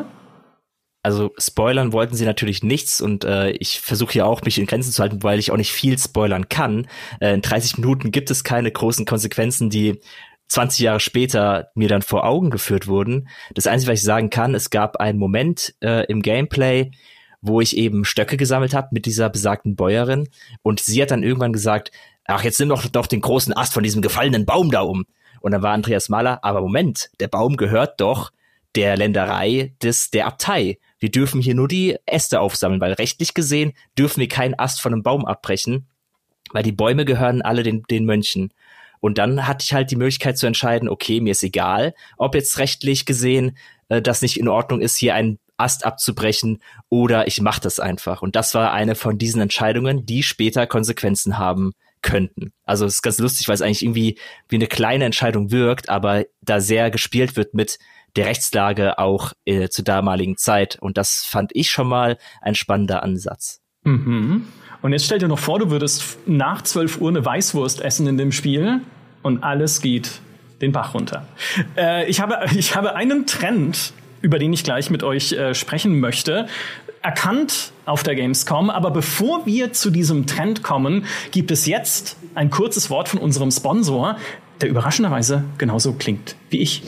Also spoilern wollten sie natürlich nichts und äh, ich versuche hier auch, mich in Grenzen zu halten, weil ich auch nicht viel spoilern kann. Äh, in dreißig Minuten gibt es keine großen Konsequenzen, die zwanzig Jahre später mir dann vor Augen geführt wurden. Das Einzige, was ich sagen kann, es gab einen Moment äh, im Gameplay, wo ich eben Stöcke gesammelt habe mit dieser besagten Bäuerin und sie hat dann irgendwann gesagt, ach, jetzt nimm doch doch den großen Ast von diesem gefallenen Baum da um. Und dann war Andreas Mahler, aber Moment, der Baum gehört doch der Länderei des der Abtei. Wir dürfen hier nur die Äste aufsammeln, weil rechtlich gesehen dürfen wir keinen Ast von einem Baum abbrechen, weil die Bäume gehören alle den, den Mönchen. Und dann hatte ich halt die Möglichkeit zu entscheiden, okay, mir ist egal, ob jetzt rechtlich gesehen äh, das nicht in Ordnung ist, hier einen Ast abzubrechen oder ich mache das einfach. Und das war eine von diesen Entscheidungen, die später Konsequenzen haben könnten. Also es ist ganz lustig, weil es eigentlich irgendwie wie eine kleine Entscheidung wirkt, aber da sehr gespielt wird mit der Rechtslage auch äh, zur damaligen Zeit. Und das fand ich schon mal ein spannender Ansatz. Mhm. Und jetzt stell dir noch vor, du würdest nach zwölf Uhr eine Weißwurst essen in dem Spiel und alles geht den Bach runter. Äh, ich habe, ich habe einen Trend, über den ich gleich mit euch äh, sprechen möchte, erkannt auf der Gamescom. Aber bevor wir zu diesem Trend kommen, gibt es jetzt ein kurzes Wort von unserem Sponsor, der überraschenderweise genauso klingt wie ich.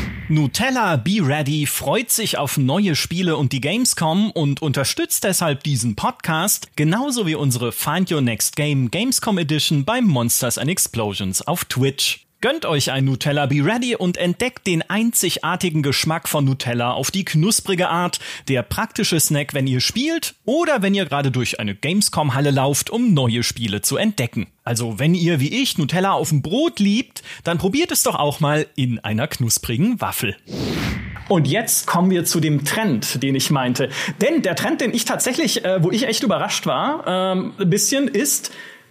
Nutella Be Ready freut sich auf neue Spiele und die Gamescom und unterstützt deshalb diesen Podcast, genauso wie unsere Find Your Next Game Gamescom Edition bei Monsters and Explosions auf Twitch. Gönnt euch ein Nutella Be Ready und entdeckt den einzigartigen Geschmack von Nutella auf die knusprige Art, der praktische Snack, wenn ihr spielt oder wenn ihr gerade durch eine Gamescom-Halle lauft, um neue Spiele zu entdecken. Also wenn ihr wie ich Nutella auf dem Brot liebt, dann probiert es doch auch mal in einer knusprigen Waffel. Und jetzt kommen wir zu dem Trend, den ich meinte. Denn der Trend, den ich tatsächlich, äh, wo ich echt überrascht war, ähm, ein bisschen, ist,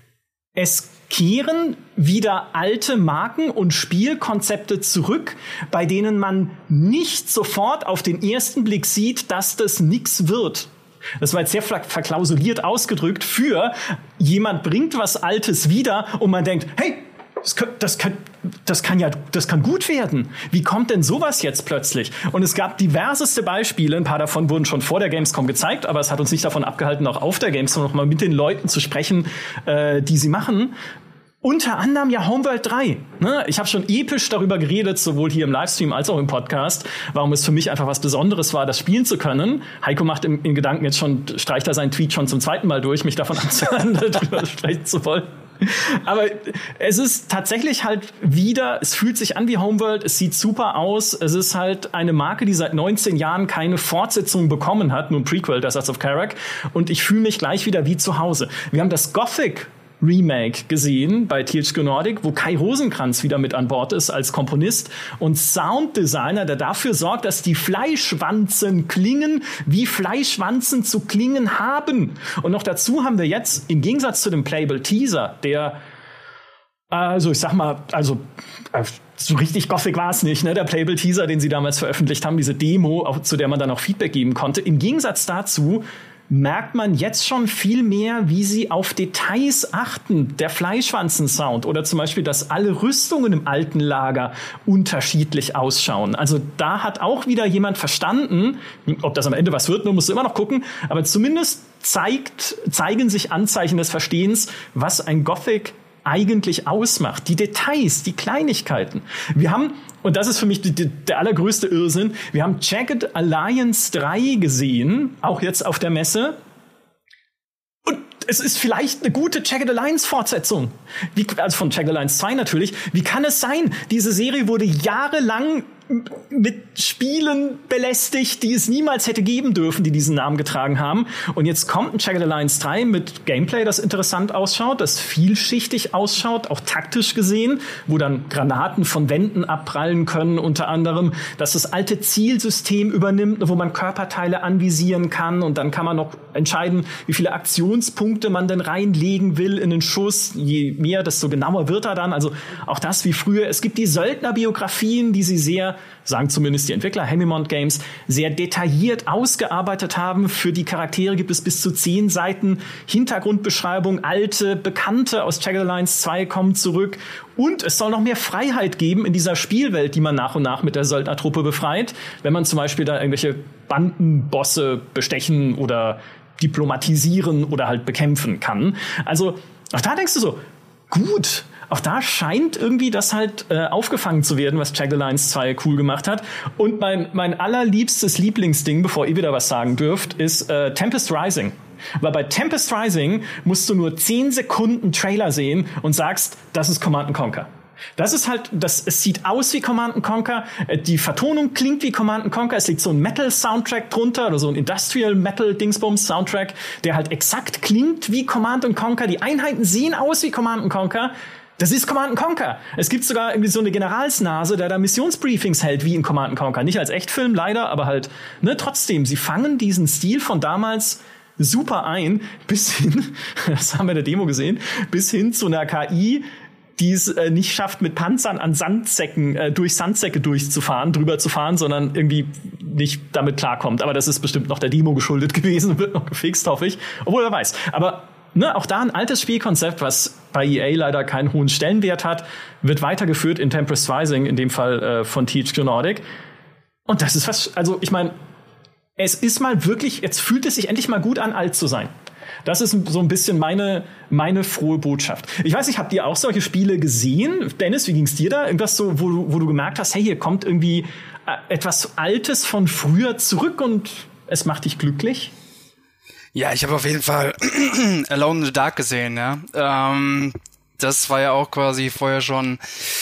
es kehren wieder alte Marken und Spielkonzepte zurück, bei denen man nicht sofort auf den ersten Blick sieht, dass das nix wird. Das war jetzt sehr verklausuliert ausgedrückt für jemand bringt was Altes wieder und man denkt, hey, das kann, das kann, das kann ja, das kann gut werden. Wie kommt denn sowas jetzt plötzlich? Und es gab diverseste Beispiele, ein paar davon wurden schon vor der Gamescom gezeigt, aber es hat uns nicht davon abgehalten, auch auf der Gamescom noch mal mit den Leuten zu sprechen, äh, die sie machen. Unter anderem ja Homeworld drei. Ne? Ich habe schon episch darüber geredet, sowohl hier im Livestream als auch im Podcast, warum es für mich einfach was Besonderes war, das spielen zu können. Heiko macht im, im Gedanken jetzt schon, streicht er seinen Tweet schon zum zweiten Mal durch, mich davon abzuhalten, darüber sprechen zu wollen. Aber es ist tatsächlich halt wieder, es fühlt sich an wie Homeworld, es sieht super aus. Es ist halt eine Marke, die seit neunzehn Jahren keine Fortsetzung bekommen hat, nur ein Prequel, Deserts of Karak. Und ich fühle mich gleich wieder wie zu Hause. Wir haben das Gothic Remake gesehen bei T H Q Nordic, wo Kai Rosenkranz wieder mit an Bord ist als Komponist und Sounddesigner, der dafür sorgt, dass die Fleischwanzen klingen, wie Fleischwanzen zu klingen haben. Und noch dazu haben wir jetzt, im Gegensatz zu dem Playable Teaser, der, also ich sag mal, also so richtig Gothic war es nicht, ne? Der Playable Teaser, den sie damals veröffentlicht haben, diese Demo, auch, zu der man dann auch Feedback geben konnte. Im Gegensatz dazu merkt man jetzt schon viel mehr, wie sie auf Details achten. Der Fleischwanzen-Sound oder zum Beispiel, dass alle Rüstungen im alten Lager unterschiedlich ausschauen. Also da hat auch wieder jemand verstanden, ob das am Ende was wird, nur musst du immer noch gucken, aber zumindest zeigt, zeigen sich Anzeichen des Verstehens, was ein Gothic eigentlich ausmacht. Die Details, die Kleinigkeiten. Wir haben, und das ist für mich die, die, der allergrößte Irrsinn, wir haben Jagged Alliance drei gesehen, auch jetzt auf der Messe. Und es ist vielleicht eine gute Jagged Alliance Fortsetzung. Wie, also von Jagged Alliance zwei natürlich. Wie kann es sein? Diese Serie wurde jahrelang mit Spielen belästigt, die es niemals hätte geben dürfen, die diesen Namen getragen haben. Und jetzt kommt ein Jagged Alliance drei mit Gameplay, das interessant ausschaut, das vielschichtig ausschaut, auch taktisch gesehen, wo dann Granaten von Wänden abprallen können, unter anderem, dass das alte Zielsystem übernimmt, wo man Körperteile anvisieren kann und dann kann man noch entscheiden, wie viele Aktionspunkte man denn reinlegen will in den Schuss. Je mehr, desto genauer wird er dann. Also auch das wie früher. Es gibt die Söldnerbiografien, die sie sehr, sagen zumindest die Entwickler Hemimont Games, sehr detailliert ausgearbeitet haben. Für die Charaktere gibt es bis zu zehn Seiten Hintergrundbeschreibung. Alte Bekannte aus Jagged Alliance zwei kommen zurück. Und es soll noch mehr Freiheit geben in dieser Spielwelt, die man nach und nach mit der Söldnertruppe befreit. Wenn man zum Beispiel da irgendwelche Bandenbosse bestechen oder diplomatisieren oder halt bekämpfen kann. Also auch da denkst du so, gut, auch da scheint irgendwie das halt äh, aufgefangen zu werden, was Jagged Alliance zwei cool gemacht hat. Und mein, mein allerliebstes Lieblingsding, bevor ihr wieder was sagen dürft, ist äh, Tempest Rising. Weil bei Tempest Rising musst du nur zehn Sekunden Trailer sehen und sagst, das ist Command and Conquer. Das ist halt, das, es sieht aus wie Command and Conquer, die Vertonung klingt wie Command and Conquer, es liegt so ein Metal-Soundtrack drunter oder so ein Industrial-Metal-Dingsbums-Soundtrack, der halt exakt klingt wie Command and Conquer. Die Einheiten sehen aus wie Command and Conquer. Das ist Command and Conquer. Es gibt sogar irgendwie so eine Generalsnase, der da Missionsbriefings hält wie in Command and Conquer. Nicht als Echtfilm, leider, aber halt, ne, trotzdem, sie fangen diesen Stil von damals super ein, bis hin, das haben wir in der Demo gesehen, bis hin zu einer K I, die es äh, nicht schafft, mit Panzern an Sandsäcken, äh, durch Sandsäcke durchzufahren, drüber zu fahren, sondern irgendwie nicht damit klarkommt. Aber das ist bestimmt noch der Demo geschuldet gewesen, wird noch gefixt, hoffe ich. Obwohl, wer weiß. Aber ne, auch da ein altes Spielkonzept, was bei E A leider keinen hohen Stellenwert hat, wird weitergeführt in Tempest Rising, in dem Fall äh, von T H Q Nordic. Und das ist was, also ich meine, es ist mal wirklich, jetzt fühlt es sich endlich mal gut an, alt zu sein. Das ist so ein bisschen meine, meine frohe Botschaft. Ich weiß nicht, habt ihr auch solche Spiele gesehen? Dennis, wie ging's dir da? Irgendwas so, wo du, wo du gemerkt hast, hey, hier kommt irgendwie äh, etwas Altes von früher zurück und es macht dich glücklich? Ja, ich habe auf jeden Fall Alone in the Dark gesehen, ja. Ähm, das war ja auch quasi vorher schon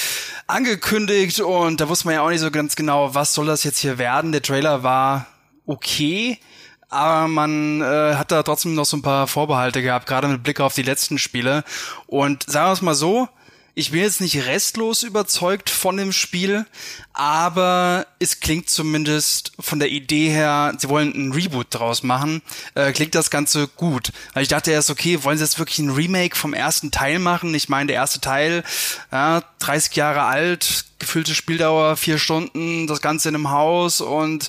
angekündigt und da wusste man ja auch nicht so ganz genau, was soll das jetzt hier werden. Der Trailer war okay, aber man äh, hat da trotzdem noch so ein paar Vorbehalte gehabt, gerade mit Blick auf die letzten Spiele. Und sagen wir es mal so, ich bin jetzt nicht restlos überzeugt von dem Spiel, aber es klingt zumindest von der Idee her, sie wollen einen Reboot draus machen, äh, klingt das Ganze gut. Weil ich dachte erst, okay, wollen sie jetzt wirklich ein Remake vom ersten Teil machen? Ich meine, der erste Teil, ja, dreißig Jahre alt, gefüllte Spieldauer, vier Stunden, das Ganze in einem Haus und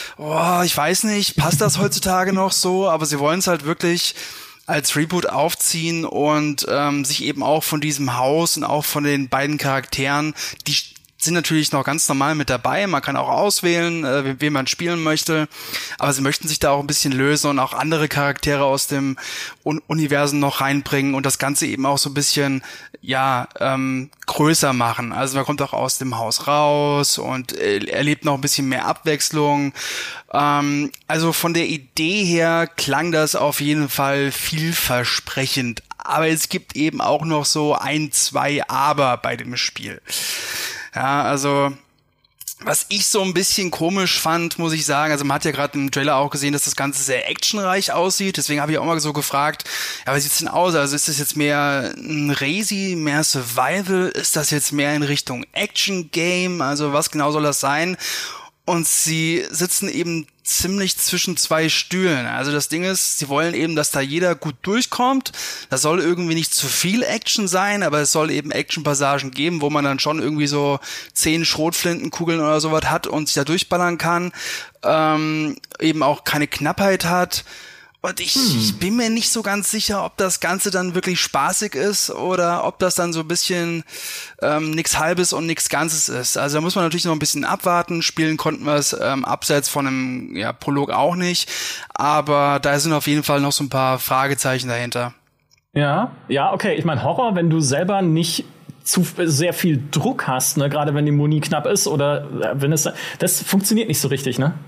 oh, ich weiß nicht, passt das heutzutage noch so? Aber sie wollen es halt wirklich als Reboot aufziehen und ähm, sich eben auch von diesem Haus und auch von den beiden Charakteren, die sind natürlich noch ganz normal mit dabei, man kann auch auswählen, äh, wen man spielen möchte, aber sie möchten sich da auch ein bisschen lösen und auch andere Charaktere aus dem Un- Universum noch reinbringen und das Ganze eben auch so ein bisschen, ja, ähm, größer machen. Also man kommt auch aus dem Haus raus und äh, erlebt noch ein bisschen mehr Abwechslung. Ähm, also von der Idee her klang das auf jeden Fall vielversprechend, aber es gibt eben auch noch so ein, zwei Aber bei dem Spiel. Ja, also was ich so ein bisschen komisch fand, muss ich sagen, also man hat ja gerade im Trailer auch gesehen, dass das Ganze sehr actionreich aussieht, deswegen habe ich auch mal so gefragt, ja, wie sieht's denn aus? Also ist das jetzt mehr ein Resi, mehr Survival? Ist das jetzt mehr in Richtung Action-Game? Also was genau soll das sein? Und sie sitzen eben ziemlich zwischen zwei Stühlen. Also das Ding ist, sie wollen eben, dass da jeder gut durchkommt. Das soll irgendwie nicht zu viel Action sein, aber es soll eben Action-Passagen geben, wo man dann schon irgendwie so zehn Schrotflintenkugeln oder sowas hat und sich da durchballern kann. Ähm, eben auch keine Knappheit hat. Und ich, hm. ich bin mir nicht so ganz sicher, ob das Ganze dann wirklich spaßig ist oder ob das dann so ein bisschen ähm, nichts Halbes und nichts Ganzes ist. Also da muss man natürlich noch ein bisschen abwarten. Spielen konnten wir es ähm, abseits von einem ja, Prolog auch nicht. Aber da sind auf jeden Fall noch so ein paar Fragezeichen dahinter. Ja, ja, okay. Ich meine, Horror, wenn du selber nicht zu sehr viel Druck hast, ne, gerade wenn die Muni knapp ist oder wenn es, das funktioniert nicht so richtig, ne?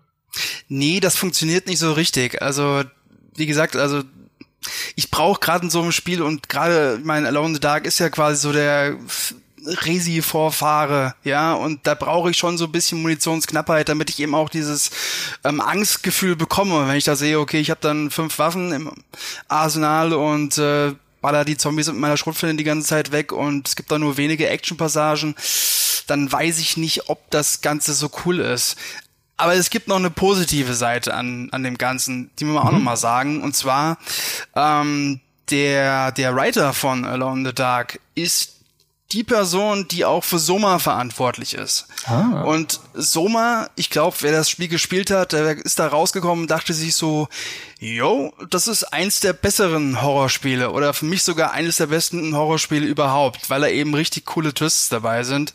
Nee, das funktioniert nicht so richtig. Also, wie gesagt, also ich brauche gerade in so einem Spiel und gerade mein Alone in the Dark ist ja quasi so der Resi vorfahre, ja, und da brauche ich schon so ein bisschen Munitionsknappheit, damit ich eben auch dieses ähm, Angstgefühl bekomme, wenn ich da sehe, okay, ich habe dann fünf Waffen im Arsenal und äh, baller die Zombies mit meiner Schrotflinte die ganze Zeit weg und es gibt da nur wenige Action-Passagen, dann weiß ich nicht, ob das Ganze so cool ist. Aber es gibt noch eine positive Seite an an dem Ganzen, die wir mal mhm. auch noch mal sagen, und zwar ähm, der der Writer von Alone in the Dark ist die Person, die auch für Soma verantwortlich ist. Ah. Und Soma, ich glaube, wer das Spiel gespielt hat, der ist da rausgekommen und dachte sich so, yo, das ist eins der besseren Horrorspiele oder für mich sogar eines der besten Horrorspiele überhaupt, weil da eben richtig coole Twists dabei sind.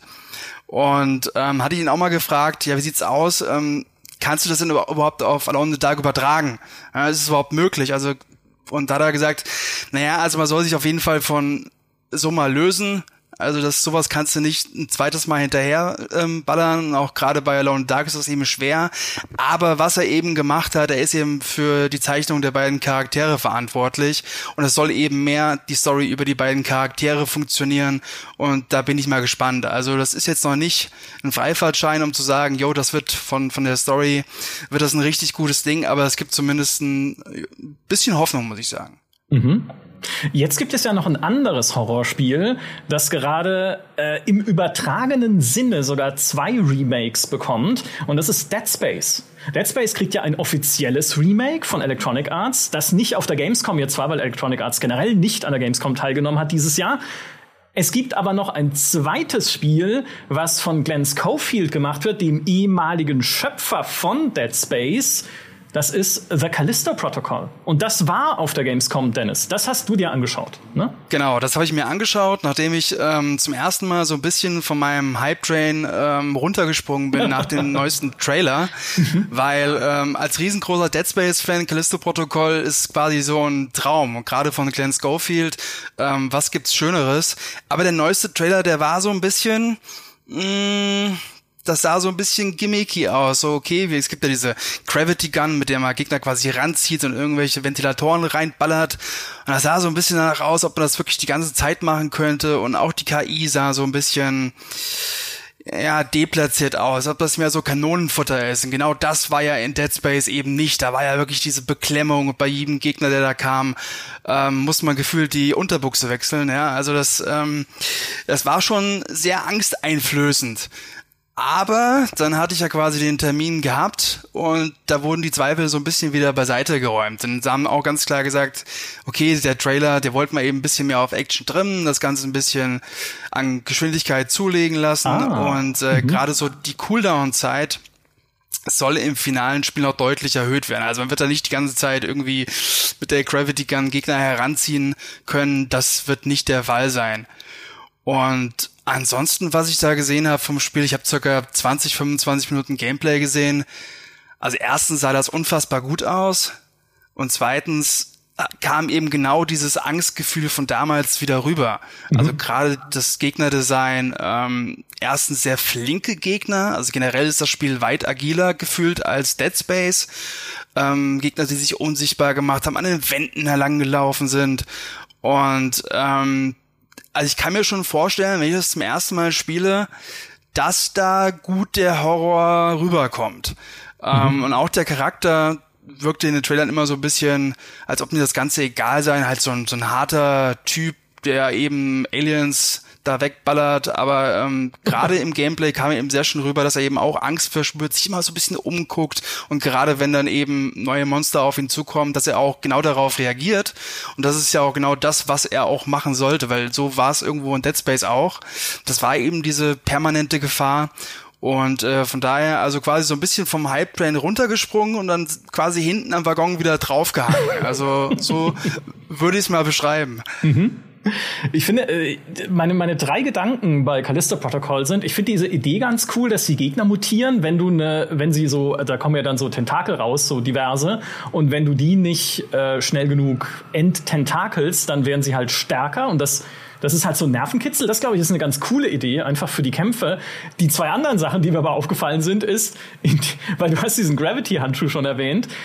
Und ähm, hatte ich ihn auch mal gefragt, ja, wie sieht's aus? Ähm, kannst du das denn überhaupt auf Alone in the Dark übertragen? Ja, ist es überhaupt möglich? Also, und da hat er gesagt, naja, also man soll sich auf jeden Fall von Soma lösen. Also das sowas kannst du nicht ein zweites Mal hinterher ähm, ballern. Auch gerade bei Alone in the Dark ist das eben schwer. Aber was er eben gemacht hat, er ist eben für die Zeichnung der beiden Charaktere verantwortlich. Und es soll eben mehr die Story über die beiden Charaktere funktionieren. Und da bin ich mal gespannt. Also das ist jetzt noch nicht ein Freifahrtschein, um zu sagen, yo, das wird von von der Story, wird das ein richtig gutes Ding. Aber es gibt zumindest ein bisschen Hoffnung, muss ich sagen. Mhm. Jetzt gibt es ja noch ein anderes Horrorspiel, das gerade äh, im übertragenen Sinne sogar zwei Remakes bekommt. Und das ist Dead Space. Dead Space kriegt ja ein offizielles Remake von Electronic Arts, das nicht auf der Gamescom jetzt war, weil Electronic Arts generell nicht an der Gamescom teilgenommen hat dieses Jahr. Es gibt aber noch ein zweites Spiel, was von Glenn Schofield gemacht wird, dem ehemaligen Schöpfer von Dead Space. Das ist The Callisto Protocol. Und das war auf der Gamescom, Dennis. Das hast du dir angeschaut, ne? Genau, das habe ich mir angeschaut, nachdem ich ähm, zum ersten Mal so ein bisschen von meinem Hype-Train ähm, runtergesprungen bin nach dem neuesten Trailer. Weil ähm, als riesengroßer Dead Space-Fan, Callisto Protocol ist quasi so ein Traum. Und gerade von Glenn Schofield, ähm, was gibt's Schöneres? Aber der neueste Trailer, der war so ein bisschen... Mh, das sah so ein bisschen gimmicky aus. So, okay, es gibt ja diese Gravity Gun, mit der man Gegner quasi ranzieht und irgendwelche Ventilatoren reinballert. Und das sah so ein bisschen danach aus, ob man das wirklich die ganze Zeit machen könnte. Und auch die K I sah so ein bisschen, ja, deplatziert aus, ob das mehr so Kanonenfutter ist. Und genau das war ja in Dead Space eben nicht. Da war ja wirklich diese Beklemmung. Und bei jedem Gegner, der da kam, ähm, muss man gefühlt die Unterbuchse wechseln. Ja, also das, ähm, das war schon sehr angsteinflößend. Aber dann hatte ich ja quasi den Termin gehabt und da wurden die Zweifel so ein bisschen wieder beiseite geräumt. Und sie haben auch ganz klar gesagt, okay, der Trailer, der wollte mal eben ein bisschen mehr auf Action trimmen, das Ganze ein bisschen an Geschwindigkeit zulegen lassen. Ah. Und äh, mhm. gerade so die Cooldown-Zeit soll im finalen Spiel noch deutlich erhöht werden. Also man wird da nicht die ganze Zeit irgendwie mit der Gravity Gun Gegner heranziehen können. Das wird nicht der Fall sein. Und ansonsten, was ich da gesehen habe vom Spiel, ich habe circa zwanzig, fünfundzwanzig Minuten Gameplay gesehen. Also erstens sah das unfassbar gut aus und zweitens kam eben genau dieses Angstgefühl von damals wieder rüber. Mhm. Also gerade das Gegnerdesign, ähm, erstens sehr flinke Gegner, also generell ist das Spiel weit agiler gefühlt als Dead Space. Ähm, Gegner, die sich unsichtbar gemacht haben, an den Wänden heranggelaufen sind und ähm, also ich kann mir schon vorstellen, wenn ich das zum ersten Mal spiele, dass da gut der Horror rüberkommt. Mhm. Ähm, und auch der Charakter wirkte in den Trailern immer so ein bisschen, als ob mir das Ganze egal sei, halt so ein, so ein harter Typ, der eben Aliens da wegballert, aber ähm, gerade im Gameplay kam er eben sehr schön rüber, dass er eben auch Angst verspürt, sich immer so ein bisschen umguckt und gerade wenn dann eben neue Monster auf ihn zukommen, dass er auch genau darauf reagiert und das ist ja auch genau das, was er auch machen sollte, weil so war es irgendwo in Dead Space auch. Das war eben diese permanente Gefahr und äh, von daher also quasi so ein bisschen vom Hype-Train runtergesprungen und dann quasi hinten am Waggon wieder draufgehangen. Also so würde ich es mal beschreiben. Mhm. Ich finde, meine, meine drei Gedanken bei Callisto Protocol sind, ich finde diese Idee ganz cool, dass die Gegner mutieren, wenn du ne, wenn sie so, da kommen ja dann so Tentakel raus, so diverse, und wenn du die nicht äh, schnell genug enttentakelst, dann werden sie halt stärker und das Das ist halt so ein Nervenkitzel. Das, glaube ich, ist eine ganz coole Idee, einfach für die Kämpfe. Die zwei anderen Sachen, die mir aber aufgefallen sind, ist, weil du hast diesen Gravity-Handschuh schon erwähnt,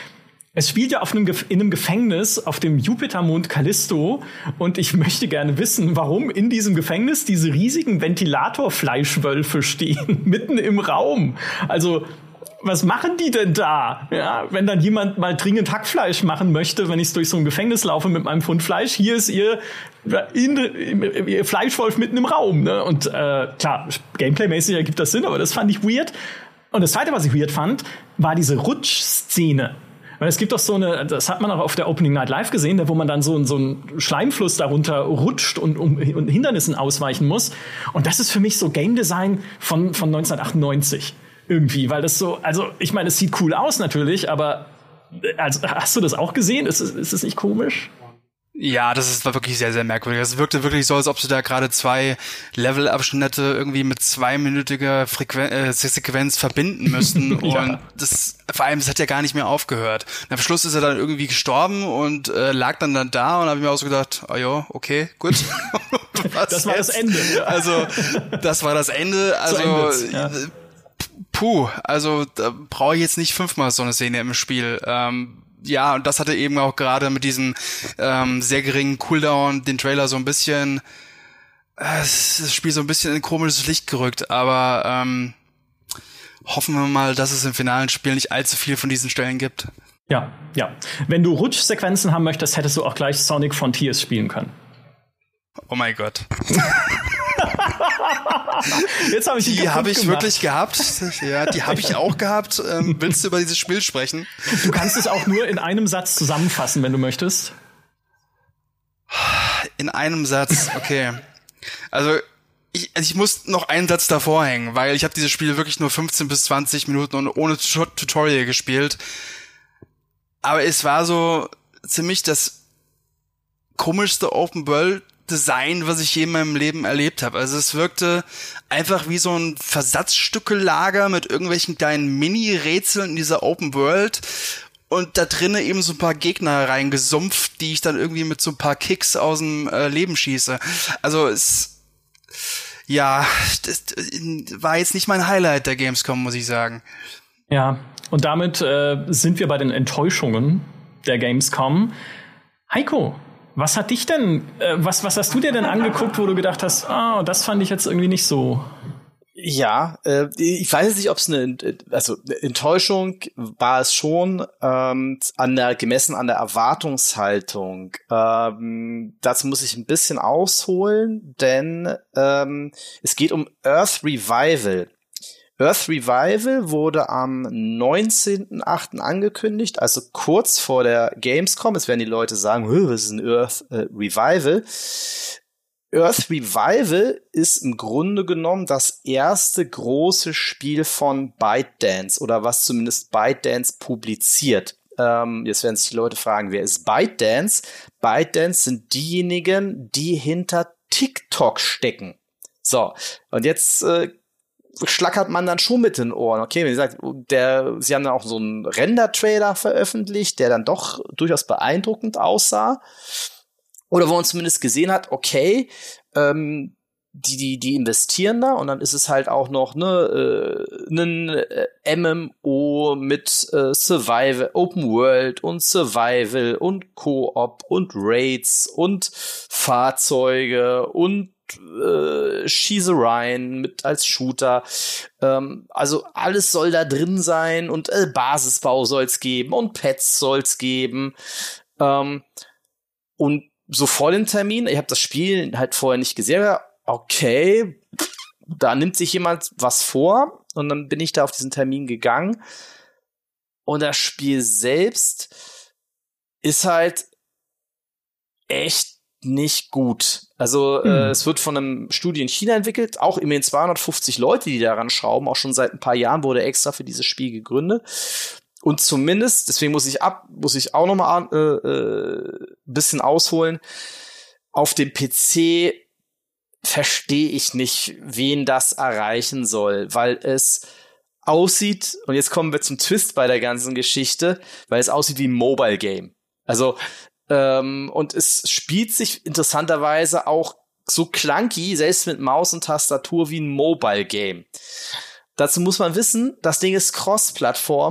Es spielt ja auf einem Gef- in einem Gefängnis auf dem Jupitermond Callisto und ich möchte gerne wissen, warum in diesem Gefängnis diese riesigen Ventilatorfleischwölfe stehen, mitten im Raum. Also, was machen die denn da? Ja, wenn dann jemand mal dringend Hackfleisch machen möchte, wenn ich durch so ein Gefängnis laufe mit meinem Pfund Fleisch, hier ist ihr, in, ihr Fleischwolf mitten im Raum. Ne? Und äh, klar, Gameplay-mäßig ergibt das Sinn, aber das fand ich weird. Und das Zweite, was ich weird fand, war diese Rutschszene. Weil es gibt doch so eine, das hat man auch auf der Opening Night Live gesehen, wo man dann so, so einen Schleimfluss darunter rutscht und, um, und Hindernissen ausweichen muss. Und das ist für mich so Game Design von, von neunzehnhundertachtundneunzig. Irgendwie, weil das so, also ich meine, es sieht cool aus natürlich, aber also, hast du das auch gesehen? Ist es, ist es nicht komisch? Ja, das ist, war wirklich sehr, sehr merkwürdig. Es wirkte wirklich so, als ob sie da gerade zwei Levelabschnitte irgendwie mit zweiminütiger Frequen- äh, Sequenz verbinden müssten. Ja. Und das, vor allem, das hat ja gar nicht mehr aufgehört. Und am Schluss ist er dann irgendwie gestorben und äh, lag dann, dann da und habe ich mir auch so gedacht, ah ja, okay, gut. Das war jetzt? Das Ende. Ja. Also, das war das Ende. Also, so ja. Puh, also da brauche ich jetzt nicht fünfmal so eine Szene im Spiel. Ähm, ja, und das hatte eben auch gerade mit diesem ähm, sehr geringen Cooldown den Trailer so ein bisschen, äh, das Spiel so ein bisschen in ein komisches Licht gerückt, aber ähm, hoffen wir mal, dass es im finalen Spiel nicht allzu viel von diesen Stellen gibt. Ja, ja. Wenn du Rutschsequenzen haben möchtest, hättest du auch gleich Sonic Frontiers spielen können. Oh mein Gott. Jetzt hab ich die habe ich gemacht. Wirklich gehabt. Ja, die habe ich auch gehabt. Ähm, willst du über dieses Spiel sprechen? Du kannst es auch nur in einem Satz zusammenfassen, wenn du möchtest. In einem Satz, okay. Also ich, also ich muss noch einen Satz davor hängen, weil ich habe dieses Spiel wirklich nur fünfzehn bis zwanzig Minuten und ohne Tutorial gespielt. Aber es war so ziemlich das komischste Open World Design, was ich je in meinem Leben erlebt habe. Also es wirkte einfach wie so ein Versatzstückelager mit irgendwelchen kleinen Mini-Rätseln in dieser Open World und da drinnen eben so ein paar Gegner reingesumpft, die ich dann irgendwie mit so ein paar Kicks aus dem äh, Leben schieße. Also es, ja, das war jetzt nicht mein Highlight der Gamescom, muss ich sagen. Ja, und damit äh, sind wir bei den Enttäuschungen der Gamescom. Heiko, was hat dich denn, äh, was, was hast du dir denn angeguckt, wo du gedacht hast, ah, das fand ich jetzt irgendwie nicht so? Ja, äh, ich weiß jetzt nicht, ob es eine, also eine Enttäuschung war es schon, ähm, an der, gemessen an der Erwartungshaltung. Ähm, dazu muss ich ein bisschen ausholen, denn ähm, es geht um Earth Revival. Earth Revival wurde am neunzehnten achten angekündigt, also kurz vor der Gamescom. Jetzt werden die Leute sagen, was ist ein Earth äh, Revival? Earth Revival ist im Grunde genommen das erste große Spiel von ByteDance oder was zumindest ByteDance publiziert. Ähm, jetzt werden sich die Leute fragen, wer ist ByteDance? ByteDance sind diejenigen, die hinter TikTok stecken. So, und jetzt äh, schlackert man dann schon mit den Ohren. Okay, wie gesagt, der, sie haben dann auch so einen Render-Trailer veröffentlicht, der dann doch durchaus beeindruckend aussah. Oder wo man zumindest gesehen hat, okay, ähm, die, die, die investieren da und dann ist es halt auch noch ne, äh, ein äh, M M O mit äh, Survival, Open World und Survival und Koop und Raids und Fahrzeuge und äh, Schießereien mit als Shooter. Ähm, also alles soll da drin sein und äh, Basisbau soll's geben und Pets soll's geben. Ähm, und so vor dem Termin, ich habe das Spiel halt vorher nicht gesehen, okay, da nimmt sich jemand was vor und dann bin ich da auf diesen Termin gegangen und das Spiel selbst ist halt echt nicht gut. Also hm. äh, es wird von einem Studio in China entwickelt, auch immerhin zweihundertfusig Leute, die daran schrauben, auch schon seit ein paar Jahren wurde extra für dieses Spiel gegründet. Und zumindest, deswegen muss ich ab, muss ich auch noch mal äh, äh, bisschen ausholen, auf dem P C verstehe ich nicht, wen das erreichen soll, weil es aussieht, und jetzt kommen wir zum Twist bei der ganzen Geschichte, weil es aussieht wie ein Mobile Game. Also, ähm, und es spielt sich interessanterweise auch so clunky, selbst mit Maus und Tastatur, wie ein Mobile Game. Dazu muss man wissen, das Ding ist Cross-Plattform.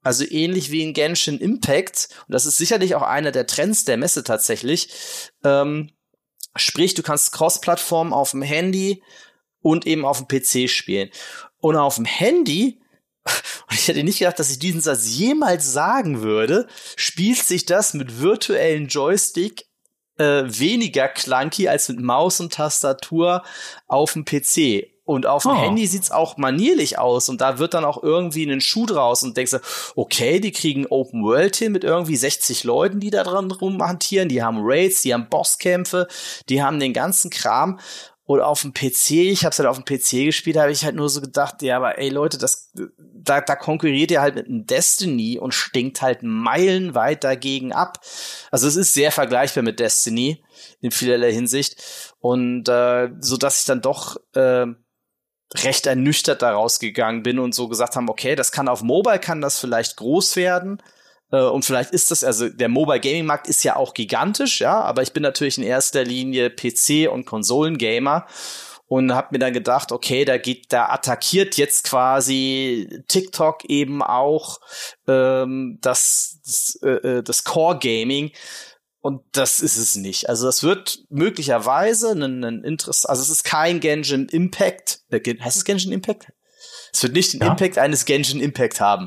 also ähnlich wie in Genshin Impact, und das ist sicherlich auch einer der Trends der Messe tatsächlich, ähm, sprich, du kannst Cross-Plattform auf dem Handy und eben auf dem P C spielen. Und auf dem Handy, und ich hätte nicht gedacht, dass ich diesen Satz jemals sagen würde, spielt sich das mit virtuellen Joystick äh, weniger clunky als mit Maus und Tastatur auf dem P C. Und auf dem oh. Handy sieht's auch manierlich aus und da wird dann auch irgendwie ein Schuh draus und denkst du, okay, die kriegen Open World hin mit irgendwie sechzig Leuten, die da dran rumhantieren, die haben Raids, die haben Bosskämpfe, die haben den ganzen Kram. Und auf dem P C, ich hab's halt auf dem P C gespielt, da habe ich halt nur so gedacht, ja, aber ey Leute, das da, da konkurriert ihr halt mit einem Destiny und stinkt halt meilenweit dagegen ab. Also es ist sehr vergleichbar mit Destiny in vielerlei Hinsicht und äh, so dass ich dann doch äh, recht ernüchtert daraus gegangen bin und so gesagt haben, okay, das kann auf Mobile, kann das vielleicht groß werden äh, und vielleicht ist das, also der Mobile Gaming Markt ist ja auch gigantisch, ja, aber ich bin natürlich in erster Linie P C- und Konsolengamer und habe mir dann gedacht, okay, da geht, da attackiert jetzt quasi TikTok eben auch ähm, das, das, äh, das Core Gaming. Und das ist es nicht. Also das wird möglicherweise ein, ein Interess, also es ist kein Genshin Impact. Äh, heißt es Genshin Impact? Es wird nicht den ja. Impact eines Genshin Impact haben.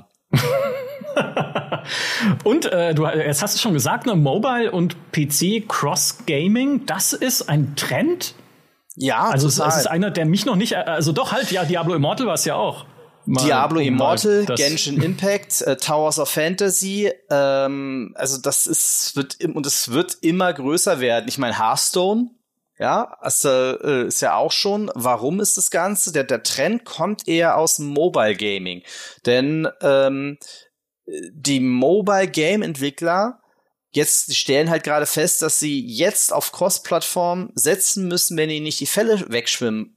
Und äh, du, jetzt hast du schon gesagt, ne, Mobile und P C Cross Gaming, das ist ein Trend. Ja, also total. es ist einer, der mich noch nicht, also doch halt, ja, Diablo Immortal war es ja auch. Mal Diablo Immortal, das Genshin Impact, äh, Towers of Fantasy, ähm, also das ist, wird, im, und es wird immer größer werden. Ich meine, Hearthstone, ja, also, äh, ist ja auch schon. Warum ist das Ganze? Der, der Trend kommt eher aus dem Mobile Gaming. Denn, ähm, die Mobile Game Entwickler, jetzt, die stellen halt gerade fest, dass sie jetzt auf Cross-Plattform setzen müssen, wenn ihnen nicht die Fälle wegschwimmen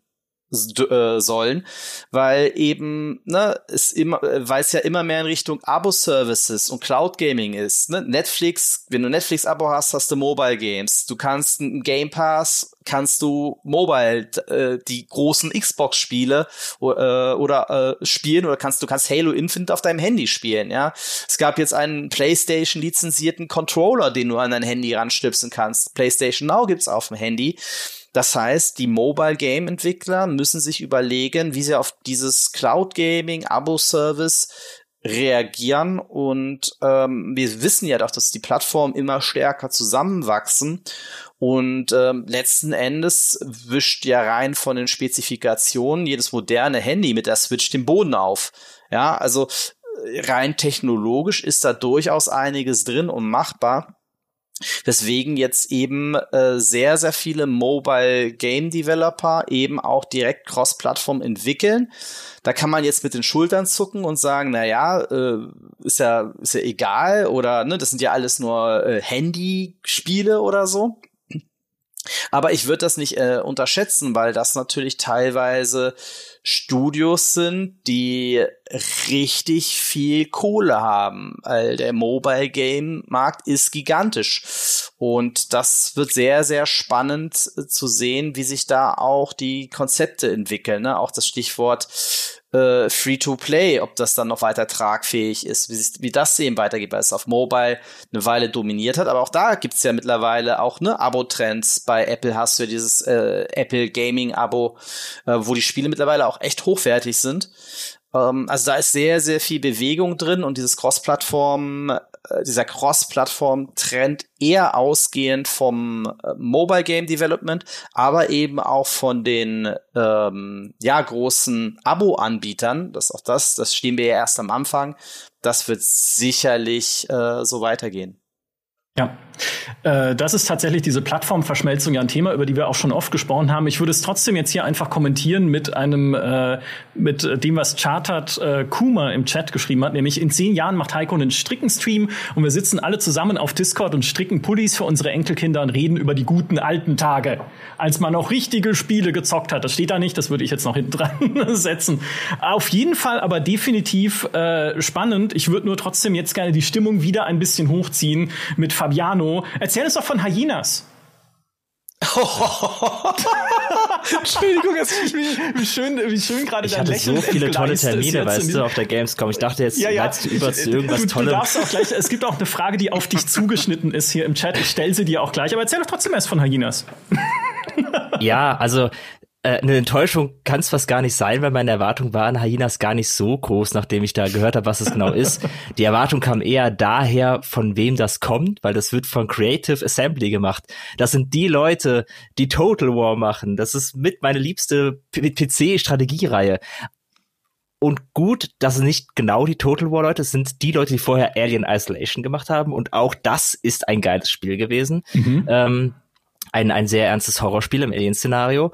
sollen, weil eben, ne, es immer, weil es ja immer mehr in Richtung Abo-Services und Cloud-Gaming ist, ne, Netflix, wenn du Netflix-Abo hast, hast du Mobile-Games, du kannst einen Game Pass, kannst du Mobile, äh, die großen Xbox-Spiele äh, oder äh, spielen oder kannst, du kannst Halo Infinite auf deinem Handy spielen, ja. Es gab jetzt einen PlayStation-lizenzierten Controller, den du an dein Handy ranstöpseln kannst. PlayStation Now gibt's auf dem Handy. Das heißt, die Mobile-Game-Entwickler müssen sich überlegen, wie sie auf dieses Cloud-Gaming, Abo-Service reagieren. Und ähm, wir wissen ja doch, dass die Plattformen immer stärker zusammenwachsen. Und ähm, letzten Endes wischt ja rein von den Spezifikationen jedes moderne Handy mit der Switch den Boden auf. Ja, also rein technologisch ist da durchaus einiges drin und machbar. Weswegen jetzt eben äh, sehr, sehr viele Mobile Game Developer eben auch direkt Cross-Plattform entwickeln. Da kann man jetzt mit den Schultern zucken und sagen, na ja, äh, ist ja, ist ja egal oder, ne, das sind ja alles nur äh, Handyspiele oder so. Aber ich würde das nicht äh, unterschätzen, weil das natürlich teilweise Studios sind, die richtig viel Kohle haben. Weil der Mobile Game Markt ist gigantisch. Und das wird sehr, sehr spannend äh, zu sehen, wie sich da auch die Konzepte entwickeln. Ne? Auch das Stichwort äh, Free-to-Play, ob das dann noch weiter tragfähig ist, wie, sich, wie das eben weitergeht, weil es auf Mobile eine Weile dominiert hat. Aber auch da gibt's ja mittlerweile auch ne Abo-Trends. Bei Apple hast du ja dieses äh, Apple Gaming-Abo, äh, wo die Spiele mittlerweile auch echt hochwertig sind. Ähm, also da ist sehr, sehr viel Bewegung drin und dieses Cross-Plattform, äh, dieser Cross-Plattform-Trend eher ausgehend vom äh, Mobile Game Development, aber eben auch von den ähm, ja großen Abo-Anbietern. Das auch das, das stehen wir ja erst am Anfang. Das wird sicherlich äh, so weitergehen. Ja, äh, das ist tatsächlich diese Plattformverschmelzung ja ein Thema, über die wir auch schon oft gesprochen haben. Ich würde es trotzdem jetzt hier einfach kommentieren mit einem, äh, mit dem, was Chartered äh, Kuma im Chat geschrieben hat, nämlich in zehn Jahren macht Heiko einen Stricken-Stream und wir sitzen alle zusammen auf Discord und stricken Pullis für unsere Enkelkinder und reden über die guten alten Tage, als man noch richtige Spiele gezockt hat. Das steht da nicht, das würde ich jetzt noch hinten dran setzen. Auf jeden Fall aber definitiv äh, spannend. Ich würde nur trotzdem jetzt gerne die Stimmung wieder ein bisschen hochziehen mit Fabiano. Erzähl uns doch von Hyenas. Entschuldigung, wie, wie schön, wie schön gerade ich dein hatte Lächeln so viele tolle Termine, weißt du, auf der Gamescom. Ich dachte jetzt, ja, ja. leitest du über zu irgendwas du, Tollem. Du darfst auch gleich, es gibt auch eine Frage, die auf dich zugeschnitten ist hier im Chat. Ich stelle sie dir auch gleich, aber erzähl doch trotzdem erst von Hyenas. Ja, also äh, eine Enttäuschung kann es fast gar nicht sein, weil meine Erwartungen waren Hyenas gar nicht so groß, nachdem ich da gehört habe, was es genau ist. Die Erwartung kam eher daher, von wem das kommt, weil das wird von Creative Assembly gemacht. Das sind die Leute, die Total War machen. Das ist mit meine liebste P C-Strategiereihe. Und gut, das sind nicht genau die Total War Leute, es sind die Leute, die vorher Alien Isolation gemacht haben. Und auch das ist ein geiles Spiel gewesen. Mhm. Ähm, ein, ein sehr ernstes Horrorspiel im Alien-Szenario.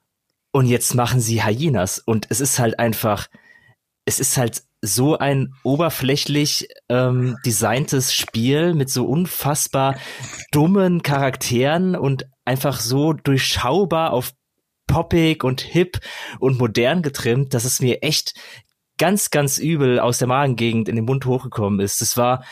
Und jetzt machen sie Hyenas. Und es ist halt einfach, es ist halt so ein oberflächlich ähm, designtes Spiel mit so unfassbar dummen Charakteren und einfach so durchschaubar auf poppig und hip und modern getrimmt, dass es mir echt ganz, ganz übel aus der Magengegend in den Mund hochgekommen ist. Das war,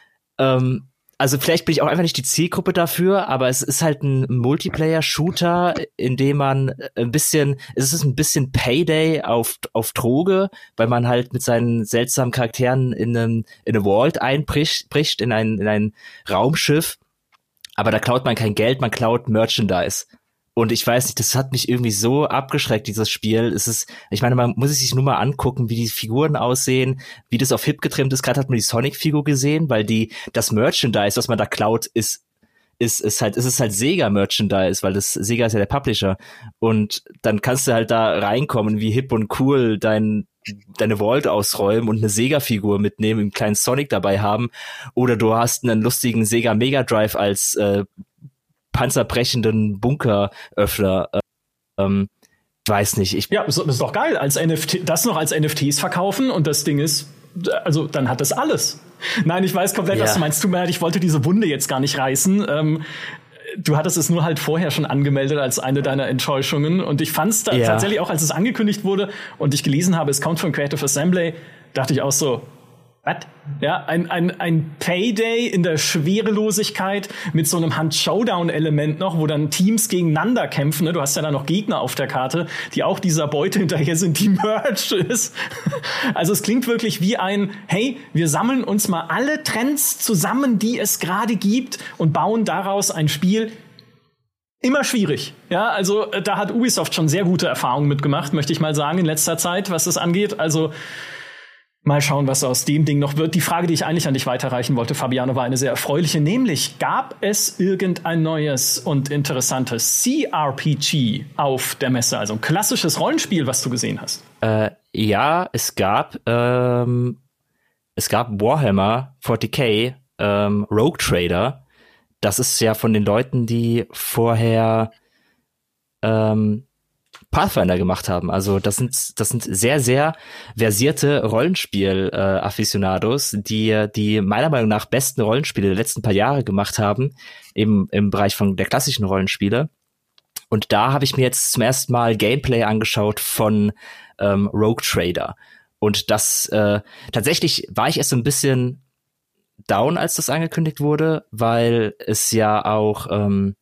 ähm, also vielleicht bin ich auch einfach nicht die Zielgruppe dafür, aber es ist halt ein Multiplayer-Shooter, in dem man ein bisschen, es ist ein bisschen Payday auf auf Droge, weil man halt mit seinen seltsamen Charakteren in einem in eine Vault einbricht, bricht, in ein in ein Raumschiff, aber da klaut man kein Geld, man klaut Merchandise. Und ich weiß nicht, das hat mich irgendwie so abgeschreckt, dieses Spiel. Es ist, ich meine, man muss sich nur mal angucken, wie die Figuren aussehen, wie das auf hip getrimmt ist. Gerade hat man die Sonic-Figur gesehen, weil die, das Merchandise, was man da klaut, ist, ist, ist halt, ist es halt Sega-Merchandise, weil das, Sega ist ja der Publisher. Und dann kannst du halt da reinkommen, wie hip und cool dein, deine Vault ausräumen und eine Sega-Figur mitnehmen, einen kleinen Sonic dabei haben. Oder du hast einen lustigen Sega Mega Drive als, äh, panzerbrechenden Bunkeröffner. Ähm, weiß nicht. Ich ja, das ist doch geil. Als N F T, das noch als N F Ts verkaufen und das Ding ist, also dann hat das alles. Nein, ich weiß komplett, ja. was du meinst. Tut mir leid, ich wollte diese Wunde jetzt gar nicht reißen. Ähm, du hattest es nur halt vorher schon angemeldet als eine deiner Enttäuschungen. Und ich fand es da ja. tatsächlich auch, als es angekündigt wurde und ich gelesen habe, es kommt von Creative Assembly, dachte ich auch so, was? Ja, ein, ein, ein Payday in der Schwerelosigkeit mit so einem Hand-Showdown-Element noch, wo dann Teams gegeneinander kämpfen. Ne? Du hast ja da noch Gegner auf der Karte, die auch dieser Beute hinterher sind, die Merch ist. Also es klingt wirklich wie ein, hey, wir sammeln uns mal alle Trends zusammen, die es gerade gibt und bauen daraus ein Spiel. Immer schwierig. Ja, also da hat Ubisoft schon sehr gute Erfahrungen mitgemacht, möchte ich mal sagen, in letzter Zeit, was das angeht. Also mal schauen, was aus dem Ding noch wird. Die Frage, die ich eigentlich an dich weiterreichen wollte, Fabiano, war eine sehr erfreuliche. Nämlich, gab es irgendein neues und interessantes C R P G auf der Messe? Also ein klassisches Rollenspiel, was du gesehen hast? Äh, ja, es gab ähm, es gab Warhammer forty K ähm, Rogue Trader. Das ist ja von den Leuten, die vorher ähm, Pathfinder gemacht haben. Also das sind das sind sehr, sehr versierte Rollenspiel-Afficionados, äh, die die meiner Meinung nach besten Rollenspiele der letzten paar Jahre gemacht haben, eben im Bereich von der klassischen Rollenspiele. Und da habe ich mir jetzt zum ersten Mal Gameplay angeschaut von ähm, Rogue Trader. Und das äh, tatsächlich war ich erst so ein bisschen down, als das angekündigt wurde, weil es ja auch ähm,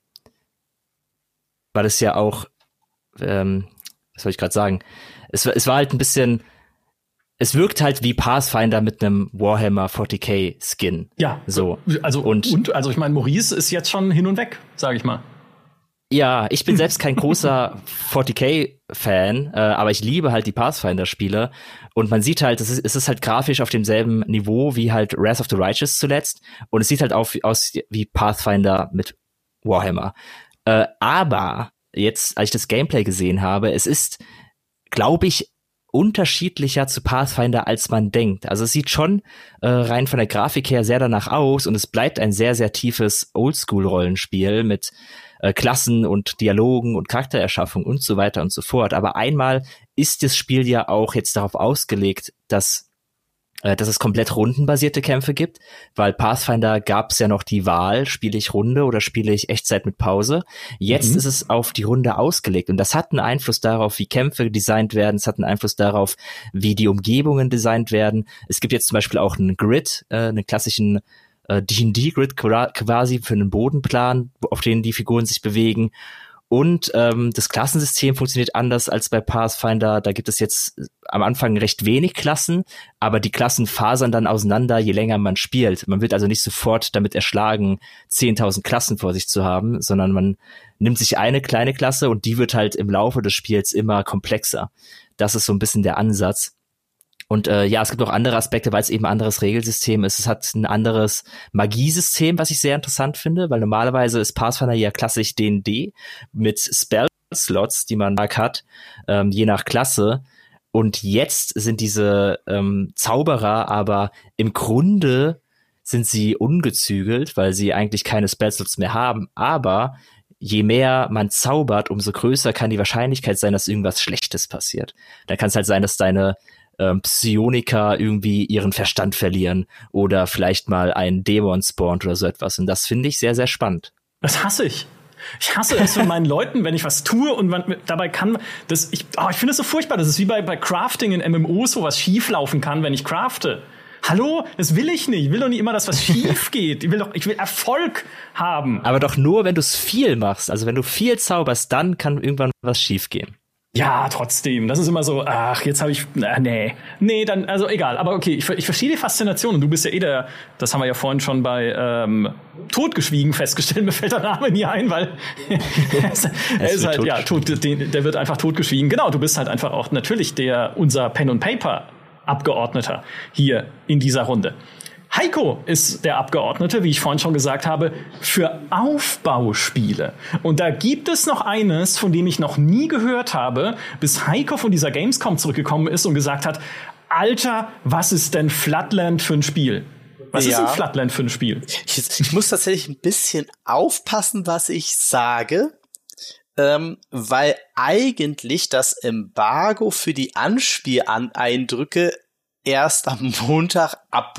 weil es ja auch Ähm, was soll ich gerade sagen? Es, es war halt ein bisschen, es wirkt halt wie Pathfinder mit einem Warhammer forty K Skin. Ja, so. Also und, und also ich meine, Maurice ist jetzt schon hin und weg, sage ich mal. Ja, ich bin selbst kein großer forty K Fan, äh, aber ich liebe halt die Pathfinder-Spiele und man sieht halt, es ist, es ist halt grafisch auf demselben Niveau wie halt Wrath of the Righteous zuletzt und es sieht halt auch aus wie Pathfinder mit Warhammer. Äh, aber jetzt, als ich das Gameplay gesehen habe, es ist, glaube ich, unterschiedlicher zu Pathfinder, als man denkt. Also es sieht schon äh, rein von der Grafik her sehr danach aus und es bleibt ein sehr, sehr tiefes Oldschool-Rollenspiel mit äh, Klassen und Dialogen und Charaktererschaffung und so weiter und so fort. Aber einmal ist das Spiel ja auch jetzt darauf ausgelegt, dass dass es komplett rundenbasierte Kämpfe gibt, weil Pathfinder gab es ja noch die Wahl, spiele ich Runde oder spiele ich Echtzeit mit Pause. Jetzt mhm. ist es auf die Runde ausgelegt und das hat einen Einfluss darauf, wie Kämpfe designt werden, es hat einen Einfluss darauf, wie die Umgebungen designt werden. Es gibt jetzt zum Beispiel auch einen Grid, äh, einen klassischen äh, D and D-Grid quasi für einen Bodenplan, auf den die Figuren sich bewegen. Und ähm, das Klassensystem funktioniert anders als bei Pathfinder. Da gibt es jetzt am Anfang recht wenig Klassen, aber die Klassen fasern dann auseinander, je länger man spielt. Man wird also nicht sofort damit erschlagen, zehntausend Klassen vor sich zu haben, sondern man nimmt sich eine kleine Klasse und die wird halt im Laufe des Spiels immer komplexer. Das ist so ein bisschen der Ansatz. Und äh, ja, es gibt auch andere Aspekte, weil es eben ein anderes Regelsystem ist. Es hat ein anderes Magiesystem, was ich sehr interessant finde, weil normalerweise ist Pathfinder ja klassisch D und D mit Spell-Slots, die man hat, ähm, je nach Klasse. Und jetzt sind diese ähm, Zauberer aber im Grunde sind sie ungezügelt, weil sie eigentlich keine Spell-Slots mehr haben. Aber je mehr man zaubert, umso größer kann die Wahrscheinlichkeit sein, dass irgendwas Schlechtes passiert. Da kann es halt sein, dass deine ähm, Psioniker irgendwie ihren Verstand verlieren oder vielleicht mal ein Dämon spawnt oder so etwas. Und das finde ich sehr, sehr spannend. Das hasse ich. Ich hasse es von meinen Leuten, wenn ich was tue und man, dabei kann das. Ich, oh, ich finde es so furchtbar. Das ist wie bei, bei Crafting in M M Os, wo was schief laufen kann, wenn ich crafte. Hallo, das will ich nicht. Ich will doch nicht immer, dass was schief geht. Ich will doch, ich will Erfolg haben. Aber doch nur, wenn du es viel machst. Also wenn du viel zauberst, dann kann irgendwann was schief gehen. Ja, trotzdem. Das ist immer so, ach, jetzt habe ich, na, nee. Nee, dann, also egal. Aber okay, ich, ich verstehe die Faszination. Und du bist ja eh der, das haben wir ja vorhin schon bei ähm, Totgeschwiegen festgestellt. Mir fällt der Name nie ein, weil er ist, er ist halt, ja, tot, den, der wird einfach totgeschwiegen. Genau, du bist halt einfach auch natürlich der, unser Pen and Paper Abgeordneter hier in dieser Runde. Heiko ist der Abgeordnete, wie ich vorhin schon gesagt habe, für Aufbauspiele. Und da gibt es noch eines, von dem ich noch nie gehört habe, bis Heiko von dieser Gamescom zurückgekommen ist und gesagt hat, Alter, was ist denn Flatland für ein Spiel? Was ja. ist denn Flatland für ein Spiel? Ich, ich muss tatsächlich ein bisschen aufpassen, was ich sage. Ähm, weil eigentlich das Embargo für die Anspieleindrücke erst am Montag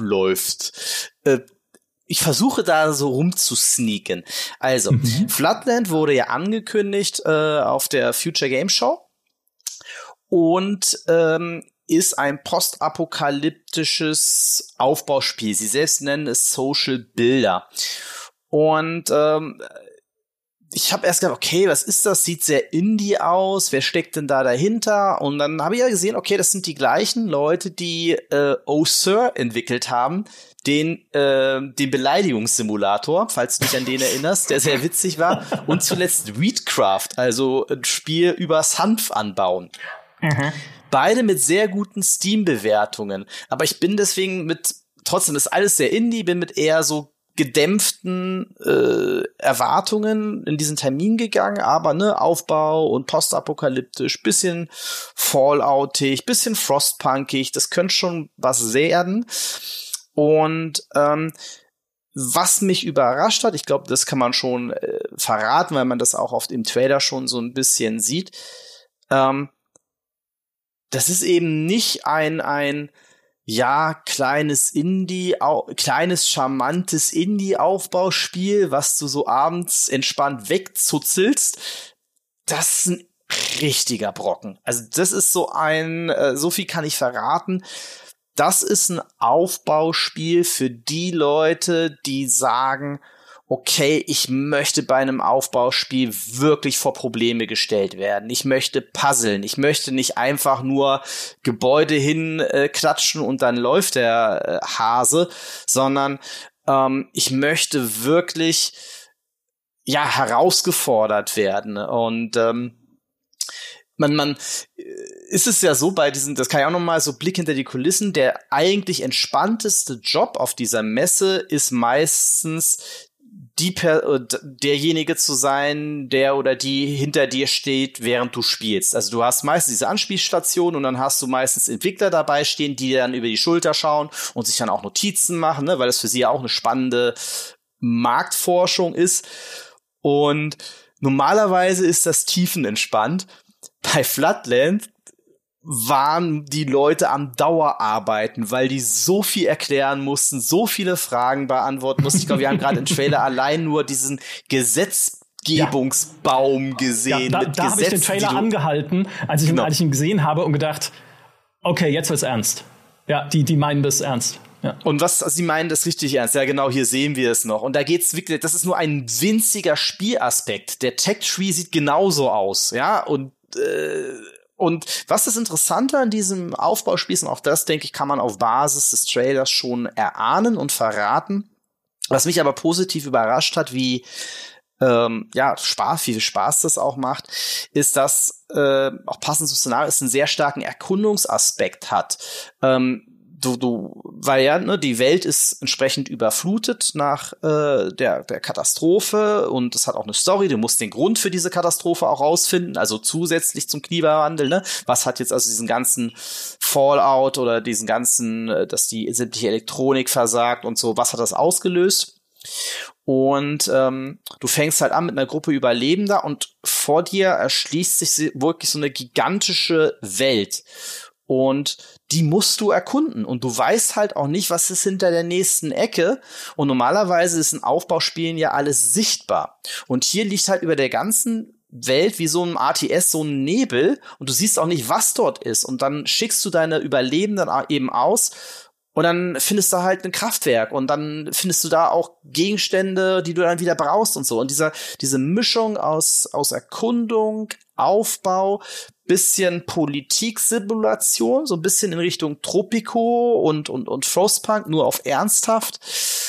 abläuft. Äh, ich versuche da so rumzusneaken. Also, mhm. Flatland wurde ja angekündigt äh, auf der Future Game Show und ähm, ist ein postapokalyptisches Aufbauspiel. Sie selbst nennen es Social Builder. Und ähm, ich habe erst gedacht, okay, was ist das? Sieht sehr Indie aus. Wer steckt denn da dahinter? Und dann habe ich ja gesehen, okay, das sind die gleichen Leute, die äh, Oh Sir entwickelt haben, den äh, den Beleidigungssimulator, falls du dich an den erinnerst, der sehr witzig war. Und zuletzt Weedcraft, also ein Spiel übers Hanf anbauen. Mhm. Beide mit sehr guten Steam-Bewertungen. Aber ich bin deswegen mit, trotzdem ist alles sehr Indie, bin mit eher so gedämpften äh, Erwartungen in diesen Termin gegangen, aber ne, Aufbau und postapokalyptisch, bisschen Falloutig, bisschen Frostpunkig, das könnte schon was werden. Und ähm, was mich überrascht hat, ich glaube, das kann man schon äh, verraten, weil man das auch oft im Trailer schon so ein bisschen sieht, ähm, das ist eben nicht ein ein ja, kleines Indie, au- kleines, charmantes Indie-Aufbauspiel, was du so abends entspannt wegzuzelst. Das ist ein richtiger Brocken. Also das ist so ein, äh, so viel kann ich verraten. Das ist ein Aufbauspiel für die Leute, die sagen, okay, ich möchte bei einem Aufbauspiel wirklich vor Probleme gestellt werden. Ich möchte puzzeln. Ich möchte nicht einfach nur Gebäude hinklatschen äh, und dann läuft der äh, Hase, sondern ähm, ich möchte wirklich ja herausgefordert werden. Und ähm, man, man ist es ja so bei diesen, das kann ich auch noch mal so Blick hinter die Kulissen, der eigentlich entspannteste Job auf dieser Messe ist meistens die per, derjenige zu sein, der oder die hinter dir steht, während du spielst. Also du hast meistens diese Anspielstation und dann hast du meistens Entwickler dabei stehen, die dann über die Schulter schauen und sich dann auch Notizen machen, ne, weil das für sie ja auch eine spannende Marktforschung ist. Und normalerweise ist das tiefenentspannt. Bei Flatland waren die Leute am Dauerarbeiten, weil die so viel erklären mussten, so viele Fragen beantworten mussten. Ich glaube, wir haben gerade im Trailer allein nur diesen Gesetzgebungsbaum ja. gesehen. Ja, da da habe ich den Trailer angehalten, als ich, genau. ihn, als ich ihn gesehen habe und gedacht, okay, jetzt wird's ernst. Ja, die, die meinen das ernst. Ja. Und was, also Sie meinen das richtig ernst. Ja, genau, hier sehen wir es noch. Und da geht's wirklich, das ist nur ein winziger Spielaspekt. Der Tech-Tree sieht genauso aus, ja, und, äh, und was das Interessante an diesem Aufbauspiel ist, und auch das, denke ich, kann man auf Basis des Trailers schon erahnen und verraten. Was mich aber positiv überrascht hat, wie ähm, ja, Spaß, wie viel Spaß das auch macht, ist, dass äh, auch passend zum Szenario es einen sehr starken Erkundungsaspekt hat. Ähm, du, du, weil ja, ne, die Welt ist entsprechend überflutet nach äh, der, der Katastrophe und es hat auch eine Story. Du musst den Grund für diese Katastrophe auch rausfinden, also zusätzlich zum Klimawandel, ne? Was hat jetzt also diesen ganzen Fallout oder diesen ganzen, dass die sämtliche Elektronik versagt und so, was hat das ausgelöst? Und ähm, du fängst halt an mit einer Gruppe Überlebender und vor dir erschließt sich wirklich so eine gigantische Welt. Und die musst du erkunden. Und du weißt halt auch nicht, was ist hinter der nächsten Ecke. Und normalerweise ist in Aufbauspielen ja alles sichtbar. Und hier liegt halt über der ganzen Welt wie so ein R T S so ein Nebel. Und du siehst auch nicht, was dort ist. Und dann schickst du deine Überlebenden eben aus. Und dann findest du halt ein Kraftwerk und dann findest du da auch Gegenstände, die du dann wieder brauchst und so. Und dieser, diese Mischung aus, aus Erkundung, Aufbau, bisschen Politiksimulation, so ein bisschen in Richtung Tropico und, und, und Frostpunk, nur auf ernsthaft.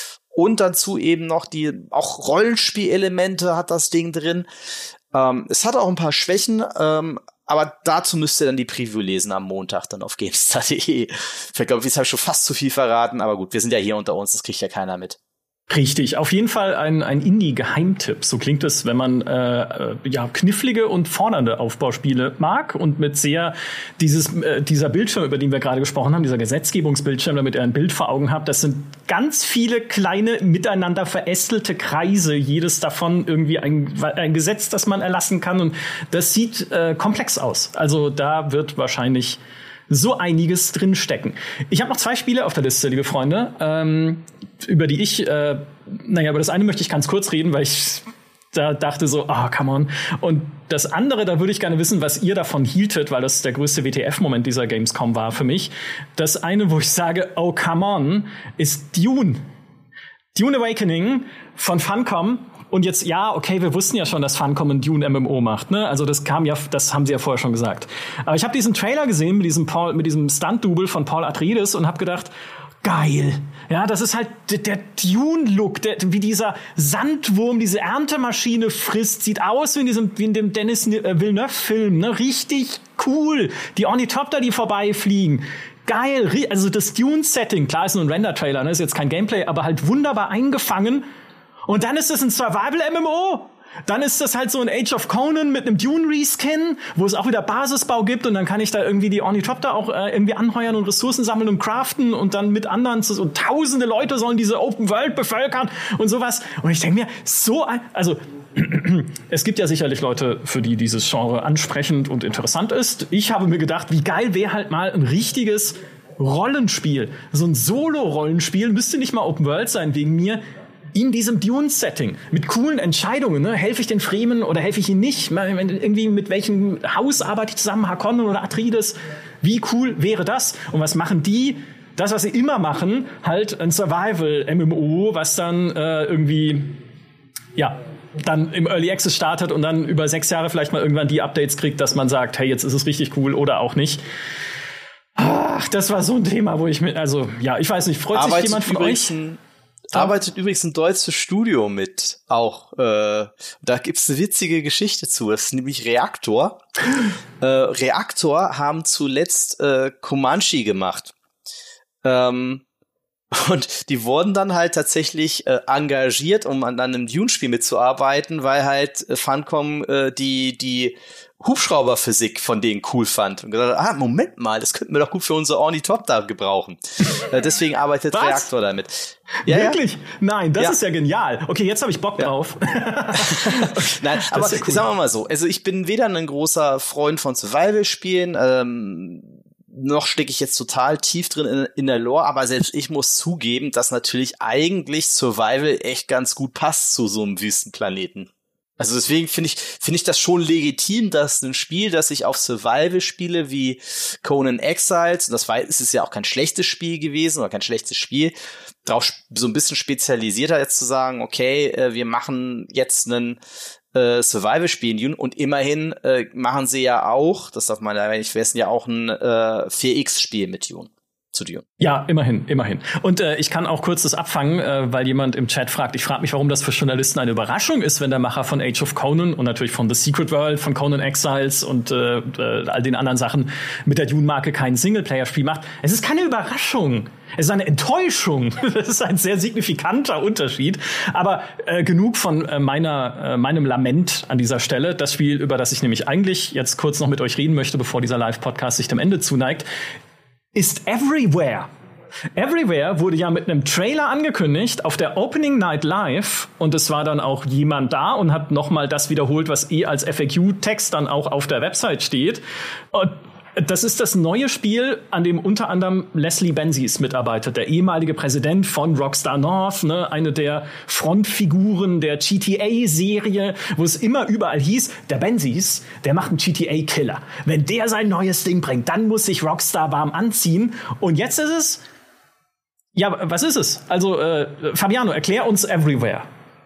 Und dazu eben noch die, auch Rollenspielelemente hat das Ding drin. Ähm, es hat auch ein paar Schwächen, ähm, aber dazu müsst ihr dann die Preview lesen am Montag dann auf GameStar punkt de. Ich glaube, jetzt habe ich schon fast zu viel verraten, aber gut, wir sind ja hier unter uns, das kriegt ja keiner mit. Richtig, auf jeden Fall ein, ein Indie-Geheimtipp. So klingt es, wenn man äh, ja knifflige und fordernde Aufbauspiele mag und mit sehr dieses äh, dieser Bildschirm, über den wir gerade gesprochen haben, dieser Gesetzgebungsbildschirm, damit ihr ein Bild vor Augen habt, das sind ganz viele kleine miteinander verästelte Kreise, jedes davon irgendwie ein, ein Gesetz, das man erlassen kann, und das sieht äh, komplex aus. Also da wird wahrscheinlich so einiges drinstecken. Ich habe noch zwei Spiele auf der Liste, liebe Freunde, ähm, über die ich, äh, naja, über das eine möchte ich ganz kurz reden, weil ich da dachte so, ah, oh, come on. Und das andere, da würde ich gerne wissen, was ihr davon hieltet, weil das der größte W T F-Moment dieser Gamescom war für mich. Das eine, wo ich sage, oh, come on, ist Dune. Dune Awakening von Funcom. Und jetzt, ja, okay, wir wussten ja schon, dass Funcom ein Dune M M O macht, ne? Also das kam ja, das haben sie ja vorher schon gesagt. Aber ich habe diesen Trailer gesehen mit diesem Paul, mit diesem Stunt-Double von Paul Atreides und habe gedacht, geil. Ja, das ist halt der, der Dune-Look, der, wie dieser Sandwurm diese Erntemaschine frisst, sieht aus wie in diesem, wie in dem Denis Villeneuve-Film, ne? Richtig cool. Die Ornithopter, die vorbeifliegen. Geil. Also das Dune-Setting, klar ist nur ein Render-Trailer, ne? Ist jetzt kein Gameplay, aber halt wunderbar eingefangen. Und dann ist es ein Survival-M M O. Dann ist das halt so ein Age of Conan mit einem Dune-Reskin, wo es auch wieder Basisbau gibt. Und dann kann ich da irgendwie die Ornithopter auch äh, irgendwie anheuern und Ressourcen sammeln und craften. Und dann mit anderen, so tausende Leute sollen diese Open World bevölkern und sowas. Und ich denke mir, so ein, also es gibt ja sicherlich Leute, für die dieses Genre ansprechend und interessant ist. Ich habe mir gedacht, wie geil wäre halt mal ein richtiges Rollenspiel. So ein Solo-Rollenspiel müsste nicht mal Open World sein, wegen mir. In diesem Dune-Setting, mit coolen Entscheidungen, ne? Helfe ich den Fremen oder helfe ich ihnen nicht? Irgendwie mit welchem Haus arbeite ich zusammen, Harkonnen oder Atreides? Wie cool wäre das? Und was machen die? Das, was sie immer machen, halt ein Survival-M M O, was dann äh, irgendwie, ja, dann im Early Access startet und dann über sechs Jahre vielleicht mal irgendwann die Updates kriegt, dass man sagt, hey, jetzt ist es richtig cool oder auch nicht. Ach, das war so ein Thema, wo ich mit, also, ja, ich weiß nicht, freut sich jemand von euch? Arbeitet übrigens ein deutsches Studio mit, auch. Äh, da gibt's eine witzige Geschichte zu. Das ist nämlich Reaktor. äh, Reaktor haben zuletzt äh, Comanche gemacht. Ähm, und die wurden dann halt tatsächlich äh, engagiert, um an einem Dune-Spiel mitzuarbeiten, weil halt äh, Funcom äh, die die Hubschrauberphysik von denen cool fand und gesagt, ah, Moment mal, das könnten wir doch gut für unsere Ornithopter gebrauchen. äh, deswegen arbeitet Was? Reaktor damit. Ja, Wirklich? Ja. Nein, das ja. ist ja genial. Okay, jetzt habe ich Bock ja. drauf. Nein, aber ja cool. Sagen wir mal so, also ich bin weder ein großer Freund von Survival-Spielen, ähm, noch stecke ich jetzt total tief drin in, in der Lore, aber selbst ich muss zugeben, dass natürlich eigentlich Survival echt ganz gut passt zu so einem Wüstenplaneten. Also deswegen finde ich, finde ich das schon legitim, dass ein Spiel, das sich auf Survival-Spiele wie Conan Exiles, und das war, es ist ja auch kein schlechtes Spiel gewesen oder kein schlechtes Spiel, darauf so ein bisschen spezialisierter jetzt zu sagen, okay, äh, wir machen jetzt einen äh, Survival-Spiel in Dune und immerhin äh, machen sie ja auch, das darf man ja nicht vergessen, ja auch ein äh, vier X-Spiel mit Dune. Zu Dune. Ja, immerhin, immerhin. Und äh, ich kann auch kurz das abfangen, äh, weil jemand im Chat fragt, ich frage mich, warum das für Journalisten eine Überraschung ist, wenn der Macher von Age of Conan und natürlich von The Secret World, von Conan Exiles und äh, äh, all den anderen Sachen mit der Dune-Marke kein Singleplayer-Spiel macht. Es ist keine Überraschung. Es ist eine Enttäuschung. Das ist ein sehr signifikanter Unterschied. Aber äh, genug von äh, meiner, äh, meinem Lament an dieser Stelle. Das Spiel, über das ich nämlich eigentlich jetzt kurz noch mit euch reden möchte, bevor dieser Live-Podcast sich dem Ende zuneigt, ist Everywhere. Everywhere wurde ja mit einem Trailer angekündigt auf der Opening Night Live und es war dann auch jemand da und hat noch mal das wiederholt, was eh als F A Q-Text dann auch auf der Website steht. Und das ist das neue Spiel, an dem unter anderem Leslie Benzies mitarbeitet, der ehemalige Präsident von Rockstar North, ne, eine der Frontfiguren der G T A-Serie, wo es immer überall hieß, der Benzies, der macht einen G T A-Killer. Wenn der sein neues Ding bringt, dann muss sich Rockstar warm anziehen. Und jetzt ist es, ja, was ist es? Also, äh, Fabiano, erklär uns Everywhere.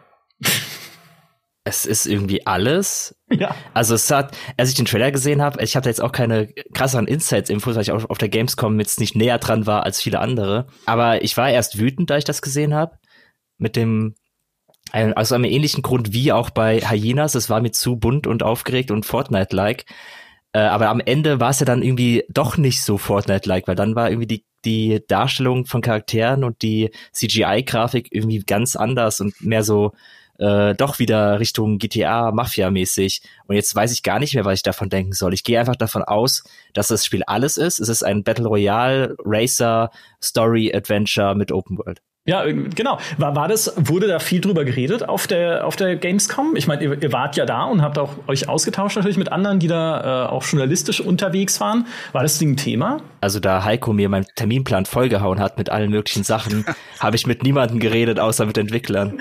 Es ist irgendwie alles. Ja. Also es hat, als ich den Trailer gesehen habe, ich habe da jetzt auch keine krasseren Insights-Infos, weil ich auch auf der Gamescom jetzt nicht näher dran war als viele andere. Aber ich war erst wütend, da ich das gesehen habe. Mit dem, also einem ähnlichen Grund wie auch bei Hyenas. Es war mir zu bunt und aufgeregt und Fortnite-like. Äh, aber am Ende war es ja dann irgendwie doch nicht so Fortnite-like, weil dann war irgendwie die die Darstellung von Charakteren und die C G I-Grafik irgendwie ganz anders und mehr so Äh, doch wieder Richtung G T A Mafia-mäßig. Und jetzt weiß ich gar nicht mehr, was ich davon denken soll. Ich gehe einfach davon aus, dass das Spiel alles ist. Es ist ein Battle Royale, Racer, Story, Adventure mit Open World. Ja, genau. War, war das, wurde da viel drüber geredet auf der, auf der Gamescom? Ich meine, ihr, ihr wart ja da und habt auch euch ausgetauscht natürlich mit anderen, die da äh, auch journalistisch unterwegs waren. War das Ding ein Thema? Also da Heiko mir meinen Terminplan vollgehauen hat mit allen möglichen Sachen, habe ich mit niemandem geredet, außer mit Entwicklern.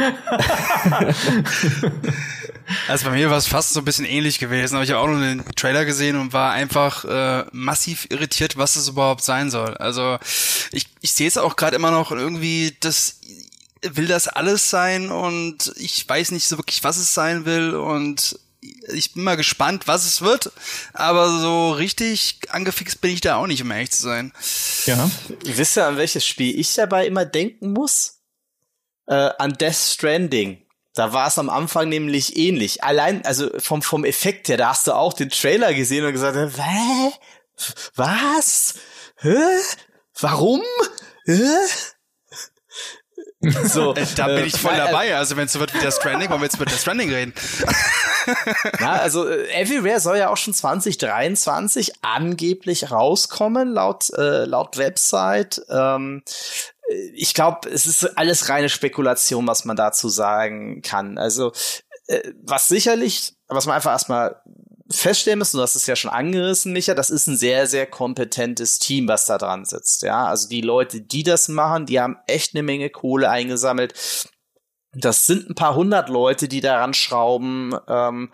Also bei mir war es fast so ein bisschen ähnlich gewesen, aber ich habe auch nur den Trailer gesehen und war einfach äh, massiv irritiert, was das überhaupt sein soll. Also ich, ich sehe es auch gerade immer noch irgendwie, das will das alles sein und ich weiß nicht so wirklich, was es sein will und ich bin mal gespannt, was es wird, aber so richtig angefixt bin ich da auch nicht, um ehrlich zu sein. Ja. Wisst ihr, an welches Spiel ich dabei immer denken muss? Äh, an Death Stranding. Da war es am Anfang nämlich ähnlich. Allein, also vom, vom Effekt her, da hast du auch den Trailer gesehen und gesagt, hä? Was? Hä? Warum? Hä? So, da bin äh, ich voll äh, dabei. Also wenn es so wird wie Death Stranding, wollen wir jetzt mit Death Stranding reden. Ja, also äh, Everywhere soll ja auch schon zwanzig dreiundzwanzig angeblich rauskommen, laut äh, laut Website. Ähm, ich glaube, es ist alles reine Spekulation, was man dazu sagen kann. Also äh, was sicherlich, was man einfach erstmal feststellen müssen, du hast es ja schon angerissen, Micha, das ist ein sehr, sehr kompetentes Team, was da dran sitzt. Ja, also die Leute, die das machen, die haben echt eine Menge Kohle eingesammelt. Das sind ein paar hundert Leute, die daran schrauben. Ähm,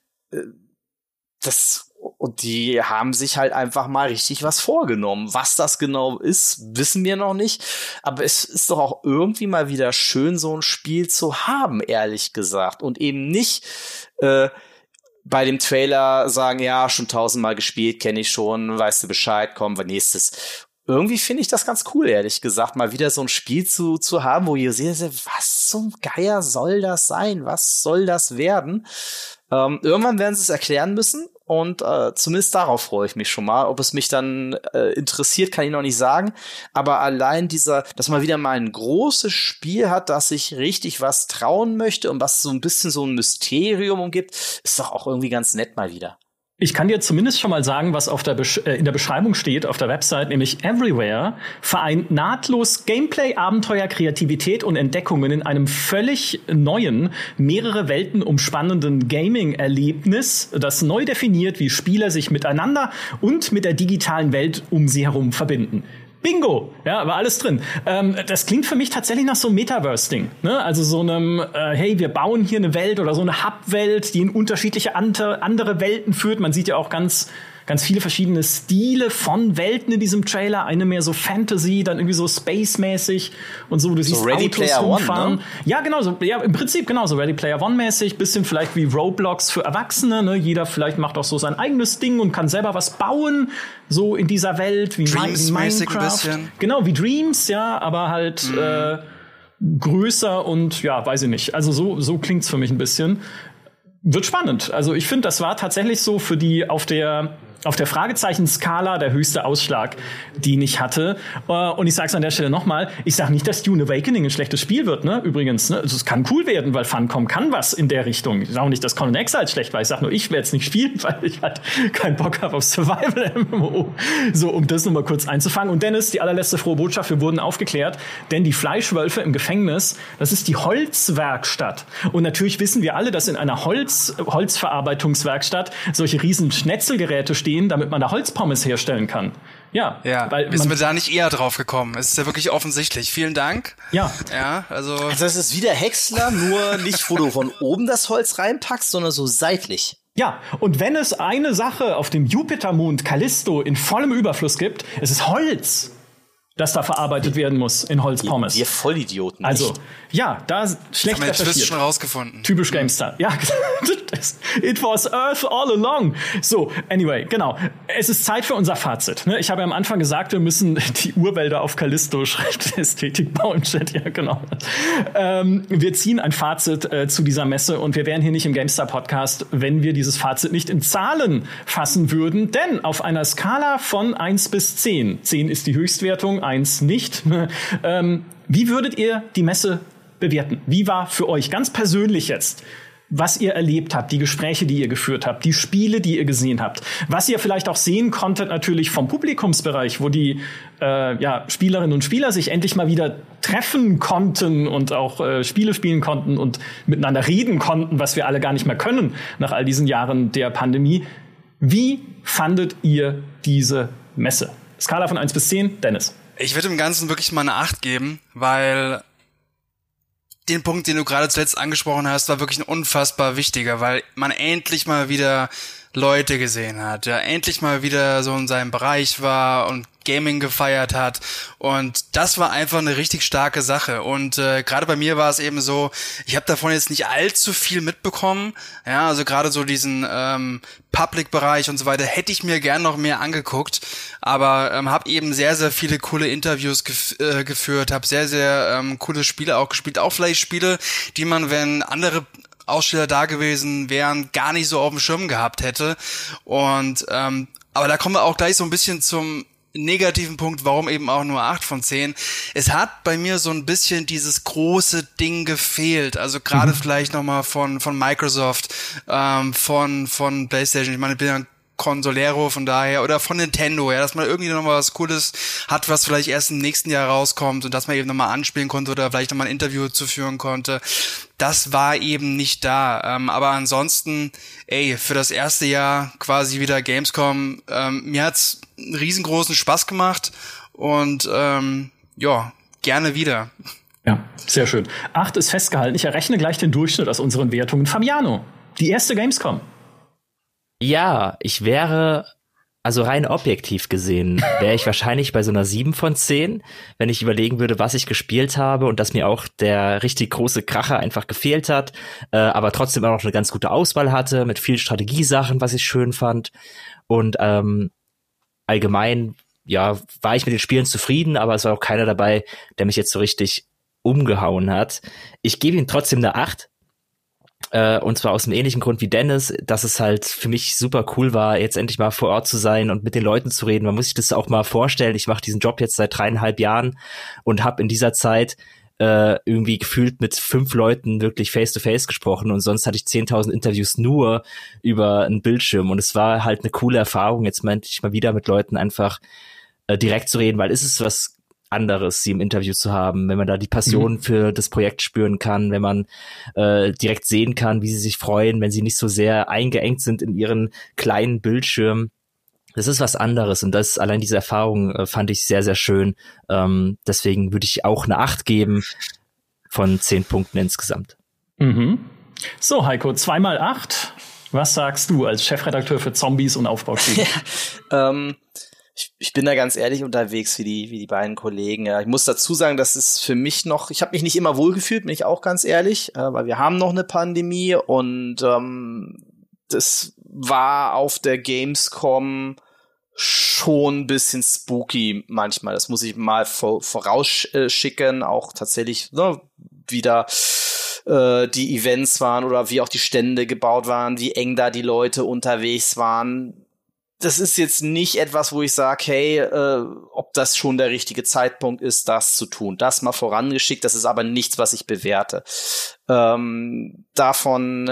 das Und die haben sich halt einfach mal richtig was vorgenommen. Was das genau ist, wissen wir noch nicht. Aber es ist doch auch irgendwie mal wieder schön, so ein Spiel zu haben, ehrlich gesagt. Und eben nicht äh, bei dem Trailer sagen, ja, schon tausendmal gespielt, kenne ich schon, weißt du Bescheid, kommen wir nächstes. Irgendwie finde ich das ganz cool, ehrlich gesagt, mal wieder so ein Spiel zu zu haben, wo ihr seht, was zum Geier soll das sein? Was soll das werden? Ähm, irgendwann werden sie es erklären müssen und äh, zumindest darauf freue ich mich schon mal. Ob es mich dann äh, interessiert, kann ich noch nicht sagen. Aber allein dieser, dass man wieder mal ein großes Spiel hat, das sich richtig was trauen möchte und was so ein bisschen so ein Mysterium umgibt, ist doch auch irgendwie ganz nett mal wieder. Ich kann dir zumindest schon mal sagen, was auf der Besch- äh, in der Beschreibung steht, auf der Website, nämlich Everywhere vereint nahtlos Gameplay, Abenteuer, Kreativität und Entdeckungen in einem völlig neuen, mehrere Welten umspannenden Gaming-Erlebnis, das neu definiert, wie Spieler sich miteinander und mit der digitalen Welt um sie herum verbinden. Bingo! Ja, war alles drin. Ähm, das klingt für mich tatsächlich nach so einem Metaverse-Ding. Ne? Also so einem, äh, hey, wir bauen hier eine Welt oder so eine Hub-Welt, die in unterschiedliche ante- andere Welten führt. Man sieht ja auch ganz ganz viele verschiedene Stile von Welten in diesem Trailer. Eine mehr so Fantasy, dann irgendwie so Space-mäßig und so. Du so siehst Ready Autos Player rumfahren. One, ne? Ja, genau. So, ja, im Prinzip genau so Ready Player One-mäßig. Bisschen vielleicht wie Roblox für Erwachsene. Ne? Jeder vielleicht macht auch so sein eigenes Ding und kann selber was bauen. So in dieser Welt wie, Dreams wie Minecraft. Ein bisschen. Genau, wie Dreams, ja. Aber halt mhm. äh, größer und ja, weiß ich nicht. Also so, so klingt's für mich ein bisschen. Wird spannend. Also ich finde, das war tatsächlich so für die auf der auf der Fragezeichen-Skala der höchste Ausschlag, den ich hatte. Und ich sag's an der Stelle nochmal, ich sag nicht, dass Dune Awakening ein schlechtes Spiel wird, ne? Übrigens, ne? Also es kann cool werden, weil Funcom kann was in der Richtung. Ich sag auch nicht, dass Conan Exiles schlecht war. Ich sag nur, ich werde es nicht spielen, weil ich halt keinen Bock habe auf Survival-M M O. So, um das nochmal kurz einzufangen. Und Dennis, die allerletzte frohe Botschaft, wir wurden aufgeklärt, denn die Fleischwölfe im Gefängnis, das ist die Holzwerkstatt. Und natürlich wissen wir alle, dass in einer Holz, Holzverarbeitungswerkstatt solche riesen Schnetzelgeräte stehen, damit man da Holzpommes herstellen kann. Ja, ja, weil wir sind wir da nicht eher drauf gekommen. Es ist ja wirklich offensichtlich. Vielen Dank. Ja. Ja, also. Also das ist wie der Häcksler, nur nicht, wo du von oben das Holz reinpackst, sondern so seitlich. Ja, und wenn es eine Sache auf dem Jupitermond Callisto in vollem Überfluss gibt, es ist Holz, das da verarbeitet werden muss in Holzpommes. Wir Vollidioten. Also, nicht. ja, da schlecht das haben wir recherchiert. schon rausgefunden. Typisch GameStar. Ja, it was Earth all along. So, anyway, genau. Es ist Zeit für unser Fazit. Ich habe ja am Anfang gesagt, wir müssen die Urwälder auf Callisto, schreibt Ästhetikbau im Chat. Ja, genau. Ähm, wir ziehen ein Fazit äh, zu dieser Messe und wir wären hier nicht im GameStar-Podcast, wenn wir dieses Fazit nicht in Zahlen fassen würden. Denn auf einer Skala von eins bis zehn, zehn ist die Höchstwertung, eins nicht, ähm, wie würdet ihr die Messe bewerten? Wie war für euch ganz persönlich jetzt, was ihr erlebt habt, die Gespräche, die ihr geführt habt, die Spiele, die ihr gesehen habt, was ihr vielleicht auch sehen konntet natürlich vom Publikumsbereich, wo die äh, ja, Spielerinnen und Spieler sich endlich mal wieder treffen konnten und auch äh, Spiele spielen konnten und miteinander reden konnten, was wir alle gar nicht mehr können nach all diesen Jahren der Pandemie. Wie fandet ihr diese Messe? Skala von eins bis zehn, Dennis. Ich würde dem Ganzen wirklich mal eine acht geben, weil den Punkt, den du gerade zuletzt angesprochen hast, war wirklich ein unfassbar wichtiger, weil man endlich mal wieder Leute gesehen hat, ja, endlich mal wieder so in seinem Bereich war und Gaming gefeiert hat, und das war einfach eine richtig starke Sache. Und äh, gerade bei mir war es eben so, ich habe davon jetzt nicht allzu viel mitbekommen, ja, also gerade so diesen ähm, Public-Bereich und so weiter hätte ich mir gern noch mehr angeguckt, aber ähm, habe eben sehr, sehr viele coole Interviews gef- äh, geführt, habe sehr, sehr ähm, coole Spiele auch gespielt, auch vielleicht Spiele, die man, wenn andere Aussteller da gewesen wären, gar nicht so auf dem Schirm gehabt hätte. Und ähm, aber da kommen wir auch gleich so ein bisschen zum negativen Punkt, warum eben auch nur acht von zehn. Es hat bei mir so ein bisschen dieses große Ding gefehlt, also gerade mhm. vielleicht nochmal von von Microsoft, ähm, von von PlayStation. Ich meine, ich bin ja ein Consolero, von daher, oder von Nintendo, ja, dass man irgendwie noch mal was Cooles hat, was vielleicht erst im nächsten Jahr rauskommt und dass man eben noch mal anspielen konnte oder vielleicht noch mal ein Interview zu führen konnte. Das war eben nicht da. Ähm, aber ansonsten, ey, für das erste Jahr quasi wieder Gamescom, ähm, mir hat's einen riesengroßen Spaß gemacht und ähm, ja, gerne wieder. Ja, sehr schön. Acht ist festgehalten. Ich errechne gleich den Durchschnitt aus unseren Wertungen. Fabiano, die erste Gamescom. Ja, ich wäre, also rein objektiv gesehen, wäre ich wahrscheinlich bei so einer sieben von zehn, wenn ich überlegen würde, was ich gespielt habe und dass mir auch der richtig große Kracher einfach gefehlt hat, äh, aber trotzdem auch noch eine ganz gute Auswahl hatte mit vielen Strategiesachen, was ich schön fand. Und ähm, allgemein, ja, war ich mit den Spielen zufrieden, aber es war auch keiner dabei, der mich jetzt so richtig umgehauen hat. Ich gebe ihm trotzdem eine acht. Äh, und zwar aus dem ähnlichen Grund wie Dennis, dass es halt für mich super cool war, jetzt endlich mal vor Ort zu sein und mit den Leuten zu reden. Man muss sich das auch mal vorstellen. Ich mache diesen Job jetzt seit dreieinhalb Jahren und habe in dieser Zeit äh, irgendwie gefühlt mit fünf Leuten wirklich face-to-face gesprochen, und sonst hatte ich zehntausend Interviews nur über einen Bildschirm, und es war halt eine coole Erfahrung, jetzt meinte ich mal wieder mit Leuten einfach äh, direkt zu reden, weil es ist was anderes, sie im Interview zu haben, wenn man da die Passion mhm. für das Projekt spüren kann, wenn man äh, direkt sehen kann, wie sie sich freuen, wenn sie nicht so sehr eingeengt sind in ihren kleinen Bildschirm. das ist was anderes und das allein diese Erfahrung äh, fand ich sehr, sehr schön. Ähm, deswegen würde ich auch eine acht geben von zehn Punkten insgesamt. Mhm. So, Heiko, zwei mal acht. Was sagst du als Chefredakteur für Zombies und Aufbauspiele? Ja, ähm, ich, ich bin da ganz ehrlich unterwegs wie die wie die beiden Kollegen. Ja, ich muss dazu sagen, das ist für mich noch, ich habe mich nicht immer wohlgefühlt, bin ich auch ganz ehrlich, äh, weil wir haben noch eine Pandemie und ähm, das war auf der Gamescom schon ein bisschen spooky manchmal. Das muss ich mal vor, vorausschicken, auch tatsächlich ne, wieder äh, die Events waren oder wie auch die Stände gebaut waren, wie eng da die Leute unterwegs waren. Das ist jetzt nicht etwas, wo ich sage, hey, äh, ob das schon der richtige Zeitpunkt ist, das zu tun. Das mal vorangeschickt, das ist aber nichts, was ich bewerte. Ähm, davon,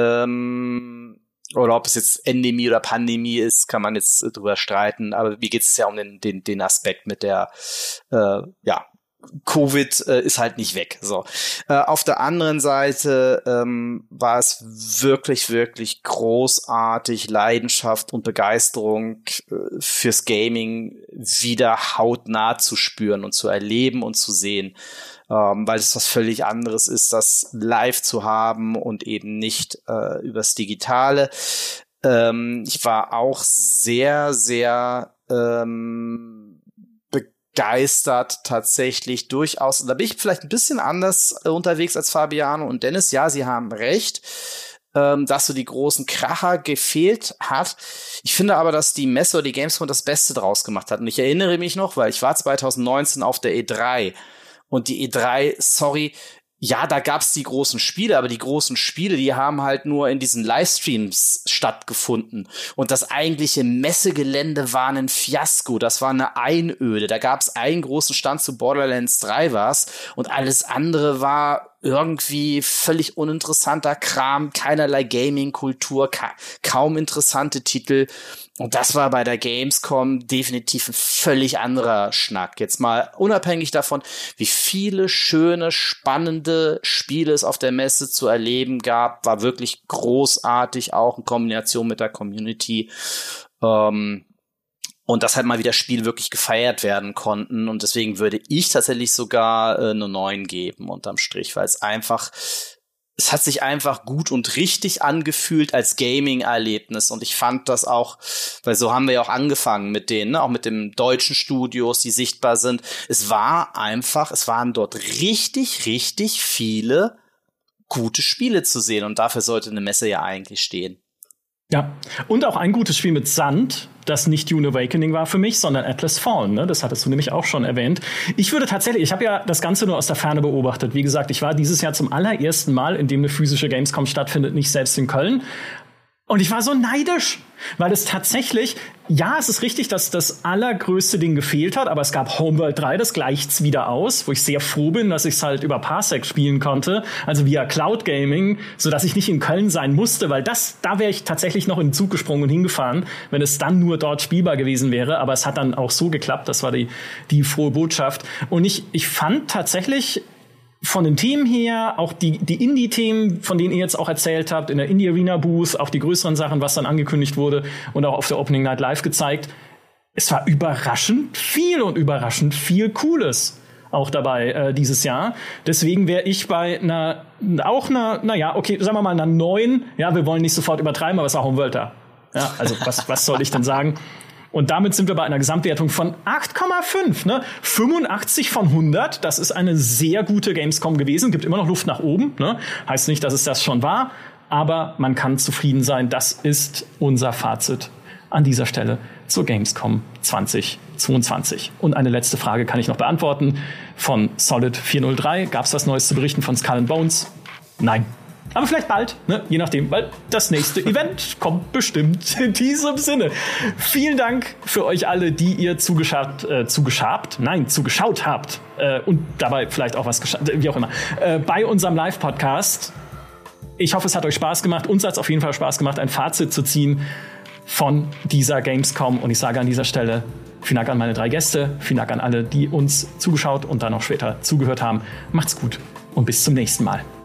ähm, oder ob es jetzt Endemie oder Pandemie ist, kann man jetzt drüber streiten. Aber mir geht es ja um den, den, den Aspekt mit der, äh, ja, Covid äh, ist halt nicht weg. So. Äh, auf der anderen Seite ähm, war es wirklich, wirklich großartig, Leidenschaft und Begeisterung äh, fürs Gaming wieder hautnah zu spüren und zu erleben und zu sehen. Ähm, weil es was völlig anderes ist, das live zu haben und eben nicht äh, übers Digitale. Ähm, ich war auch sehr, sehr ähm, begeistert tatsächlich durchaus. Und da bin ich vielleicht ein bisschen anders äh, unterwegs als Fabiano und Dennis. Ja, sie haben recht, ähm, dass so die großen Kracher gefehlt hat. Ich finde aber, dass die Messe oder die Gamescom das Beste draus gemacht hat. Und ich erinnere mich noch, weil ich war zwanzig neunzehn auf der E drei. Und die E drei, sorry, ja, da gab's die großen Spiele, aber die großen Spiele, die haben halt nur in diesen Livestreams stattgefunden. Und das eigentliche Messegelände war ein Fiasko, das war eine Einöde. Da gab's einen großen Stand zu Borderlands drei war's und alles andere war irgendwie völlig uninteressanter Kram, keinerlei Gaming-Kultur, ka- kaum interessante Titel. Und das war bei der Gamescom definitiv ein völlig anderer Schnack. Jetzt mal unabhängig davon, wie viele schöne, spannende Spiele es auf der Messe zu erleben gab, war wirklich großartig, auch in Kombination mit der Community. Ähm, Und dass halt mal wieder Spiele wirklich gefeiert werden konnten. Und deswegen würde ich tatsächlich sogar äh, eine neun geben unterm Strich, weil es einfach, es hat sich einfach gut und richtig angefühlt als Gaming-Erlebnis. Und ich fand das auch, weil so haben wir ja auch angefangen mit denen, ne, auch mit den deutschen Studios, die sichtbar sind. Es war einfach, es waren dort richtig, richtig viele gute Spiele zu sehen. Und dafür sollte eine Messe ja eigentlich stehen. Ja, und auch ein gutes Spiel mit Sand, das nicht Dune Awakening war für mich, sondern Atlas Fallen, ne? Das hattest du nämlich auch schon erwähnt. Ich würde tatsächlich, ich habe ja das Ganze nur aus der Ferne beobachtet. Wie gesagt, ich war dieses Jahr zum allerersten Mal, in dem eine physische Gamescom stattfindet, nicht selbst in Köln. Und ich war so neidisch, weil es tatsächlich, ja, es ist richtig, dass das allergrößte Ding gefehlt hat, aber es gab Homeworld drei, das gleicht's wieder aus, wo ich sehr froh bin, dass ich es halt über Parsec spielen konnte, also via Cloud Gaming, so dass ich nicht in Köln sein musste, weil das, da wäre ich tatsächlich noch in den Zug gesprungen und hingefahren, wenn es dann nur dort spielbar gewesen wäre, aber es hat dann auch so geklappt, das war die, die frohe Botschaft. Und ich, ich fand tatsächlich, von den Themen her, auch die, die Indie-Themen, von denen ihr jetzt auch erzählt habt, in der Indie-Arena-Booth, auch die größeren Sachen, was dann angekündigt wurde und auch auf der Opening Night Live gezeigt. Es war überraschend viel und überraschend viel Cooles auch dabei äh, dieses Jahr. Deswegen wäre ich bei einer, auch einer, naja, okay, sagen wir mal einer neun. Ja, wir wollen nicht sofort übertreiben, aber es war Homeworld da. Ja, also was, was soll ich denn sagen? Und damit sind wir bei einer Gesamtwertung von acht Komma fünf, ne? fünfundachtzig von hundert. Das ist eine sehr gute Gamescom gewesen. Gibt immer noch Luft nach oben, ne? Heißt nicht, dass es das schon war. Aber man kann zufrieden sein. Das ist unser Fazit an dieser Stelle zur Gamescom zwanzig zweiundzwanzig. Und eine letzte Frage kann ich noch beantworten. Von Solid vierhundertdrei. Gab es was Neues zu berichten von Skull and Bones? Nein. Aber vielleicht bald, ne? Je nachdem, weil das nächste Event kommt bestimmt in diesem Sinne. Vielen Dank für euch alle, die ihr zugeschaut, äh, zugeschabt, nein, zugeschaut habt äh, und dabei vielleicht auch was geschaut, wie auch immer, äh, bei unserem Live-Podcast. Ich hoffe, es hat euch Spaß gemacht. Uns hat es auf jeden Fall Spaß gemacht, ein Fazit zu ziehen von dieser Gamescom. Und ich sage an dieser Stelle vielen Dank an meine drei Gäste, vielen Dank an alle, die uns zugeschaut und dann auch später zugehört haben. Macht's gut und bis zum nächsten Mal.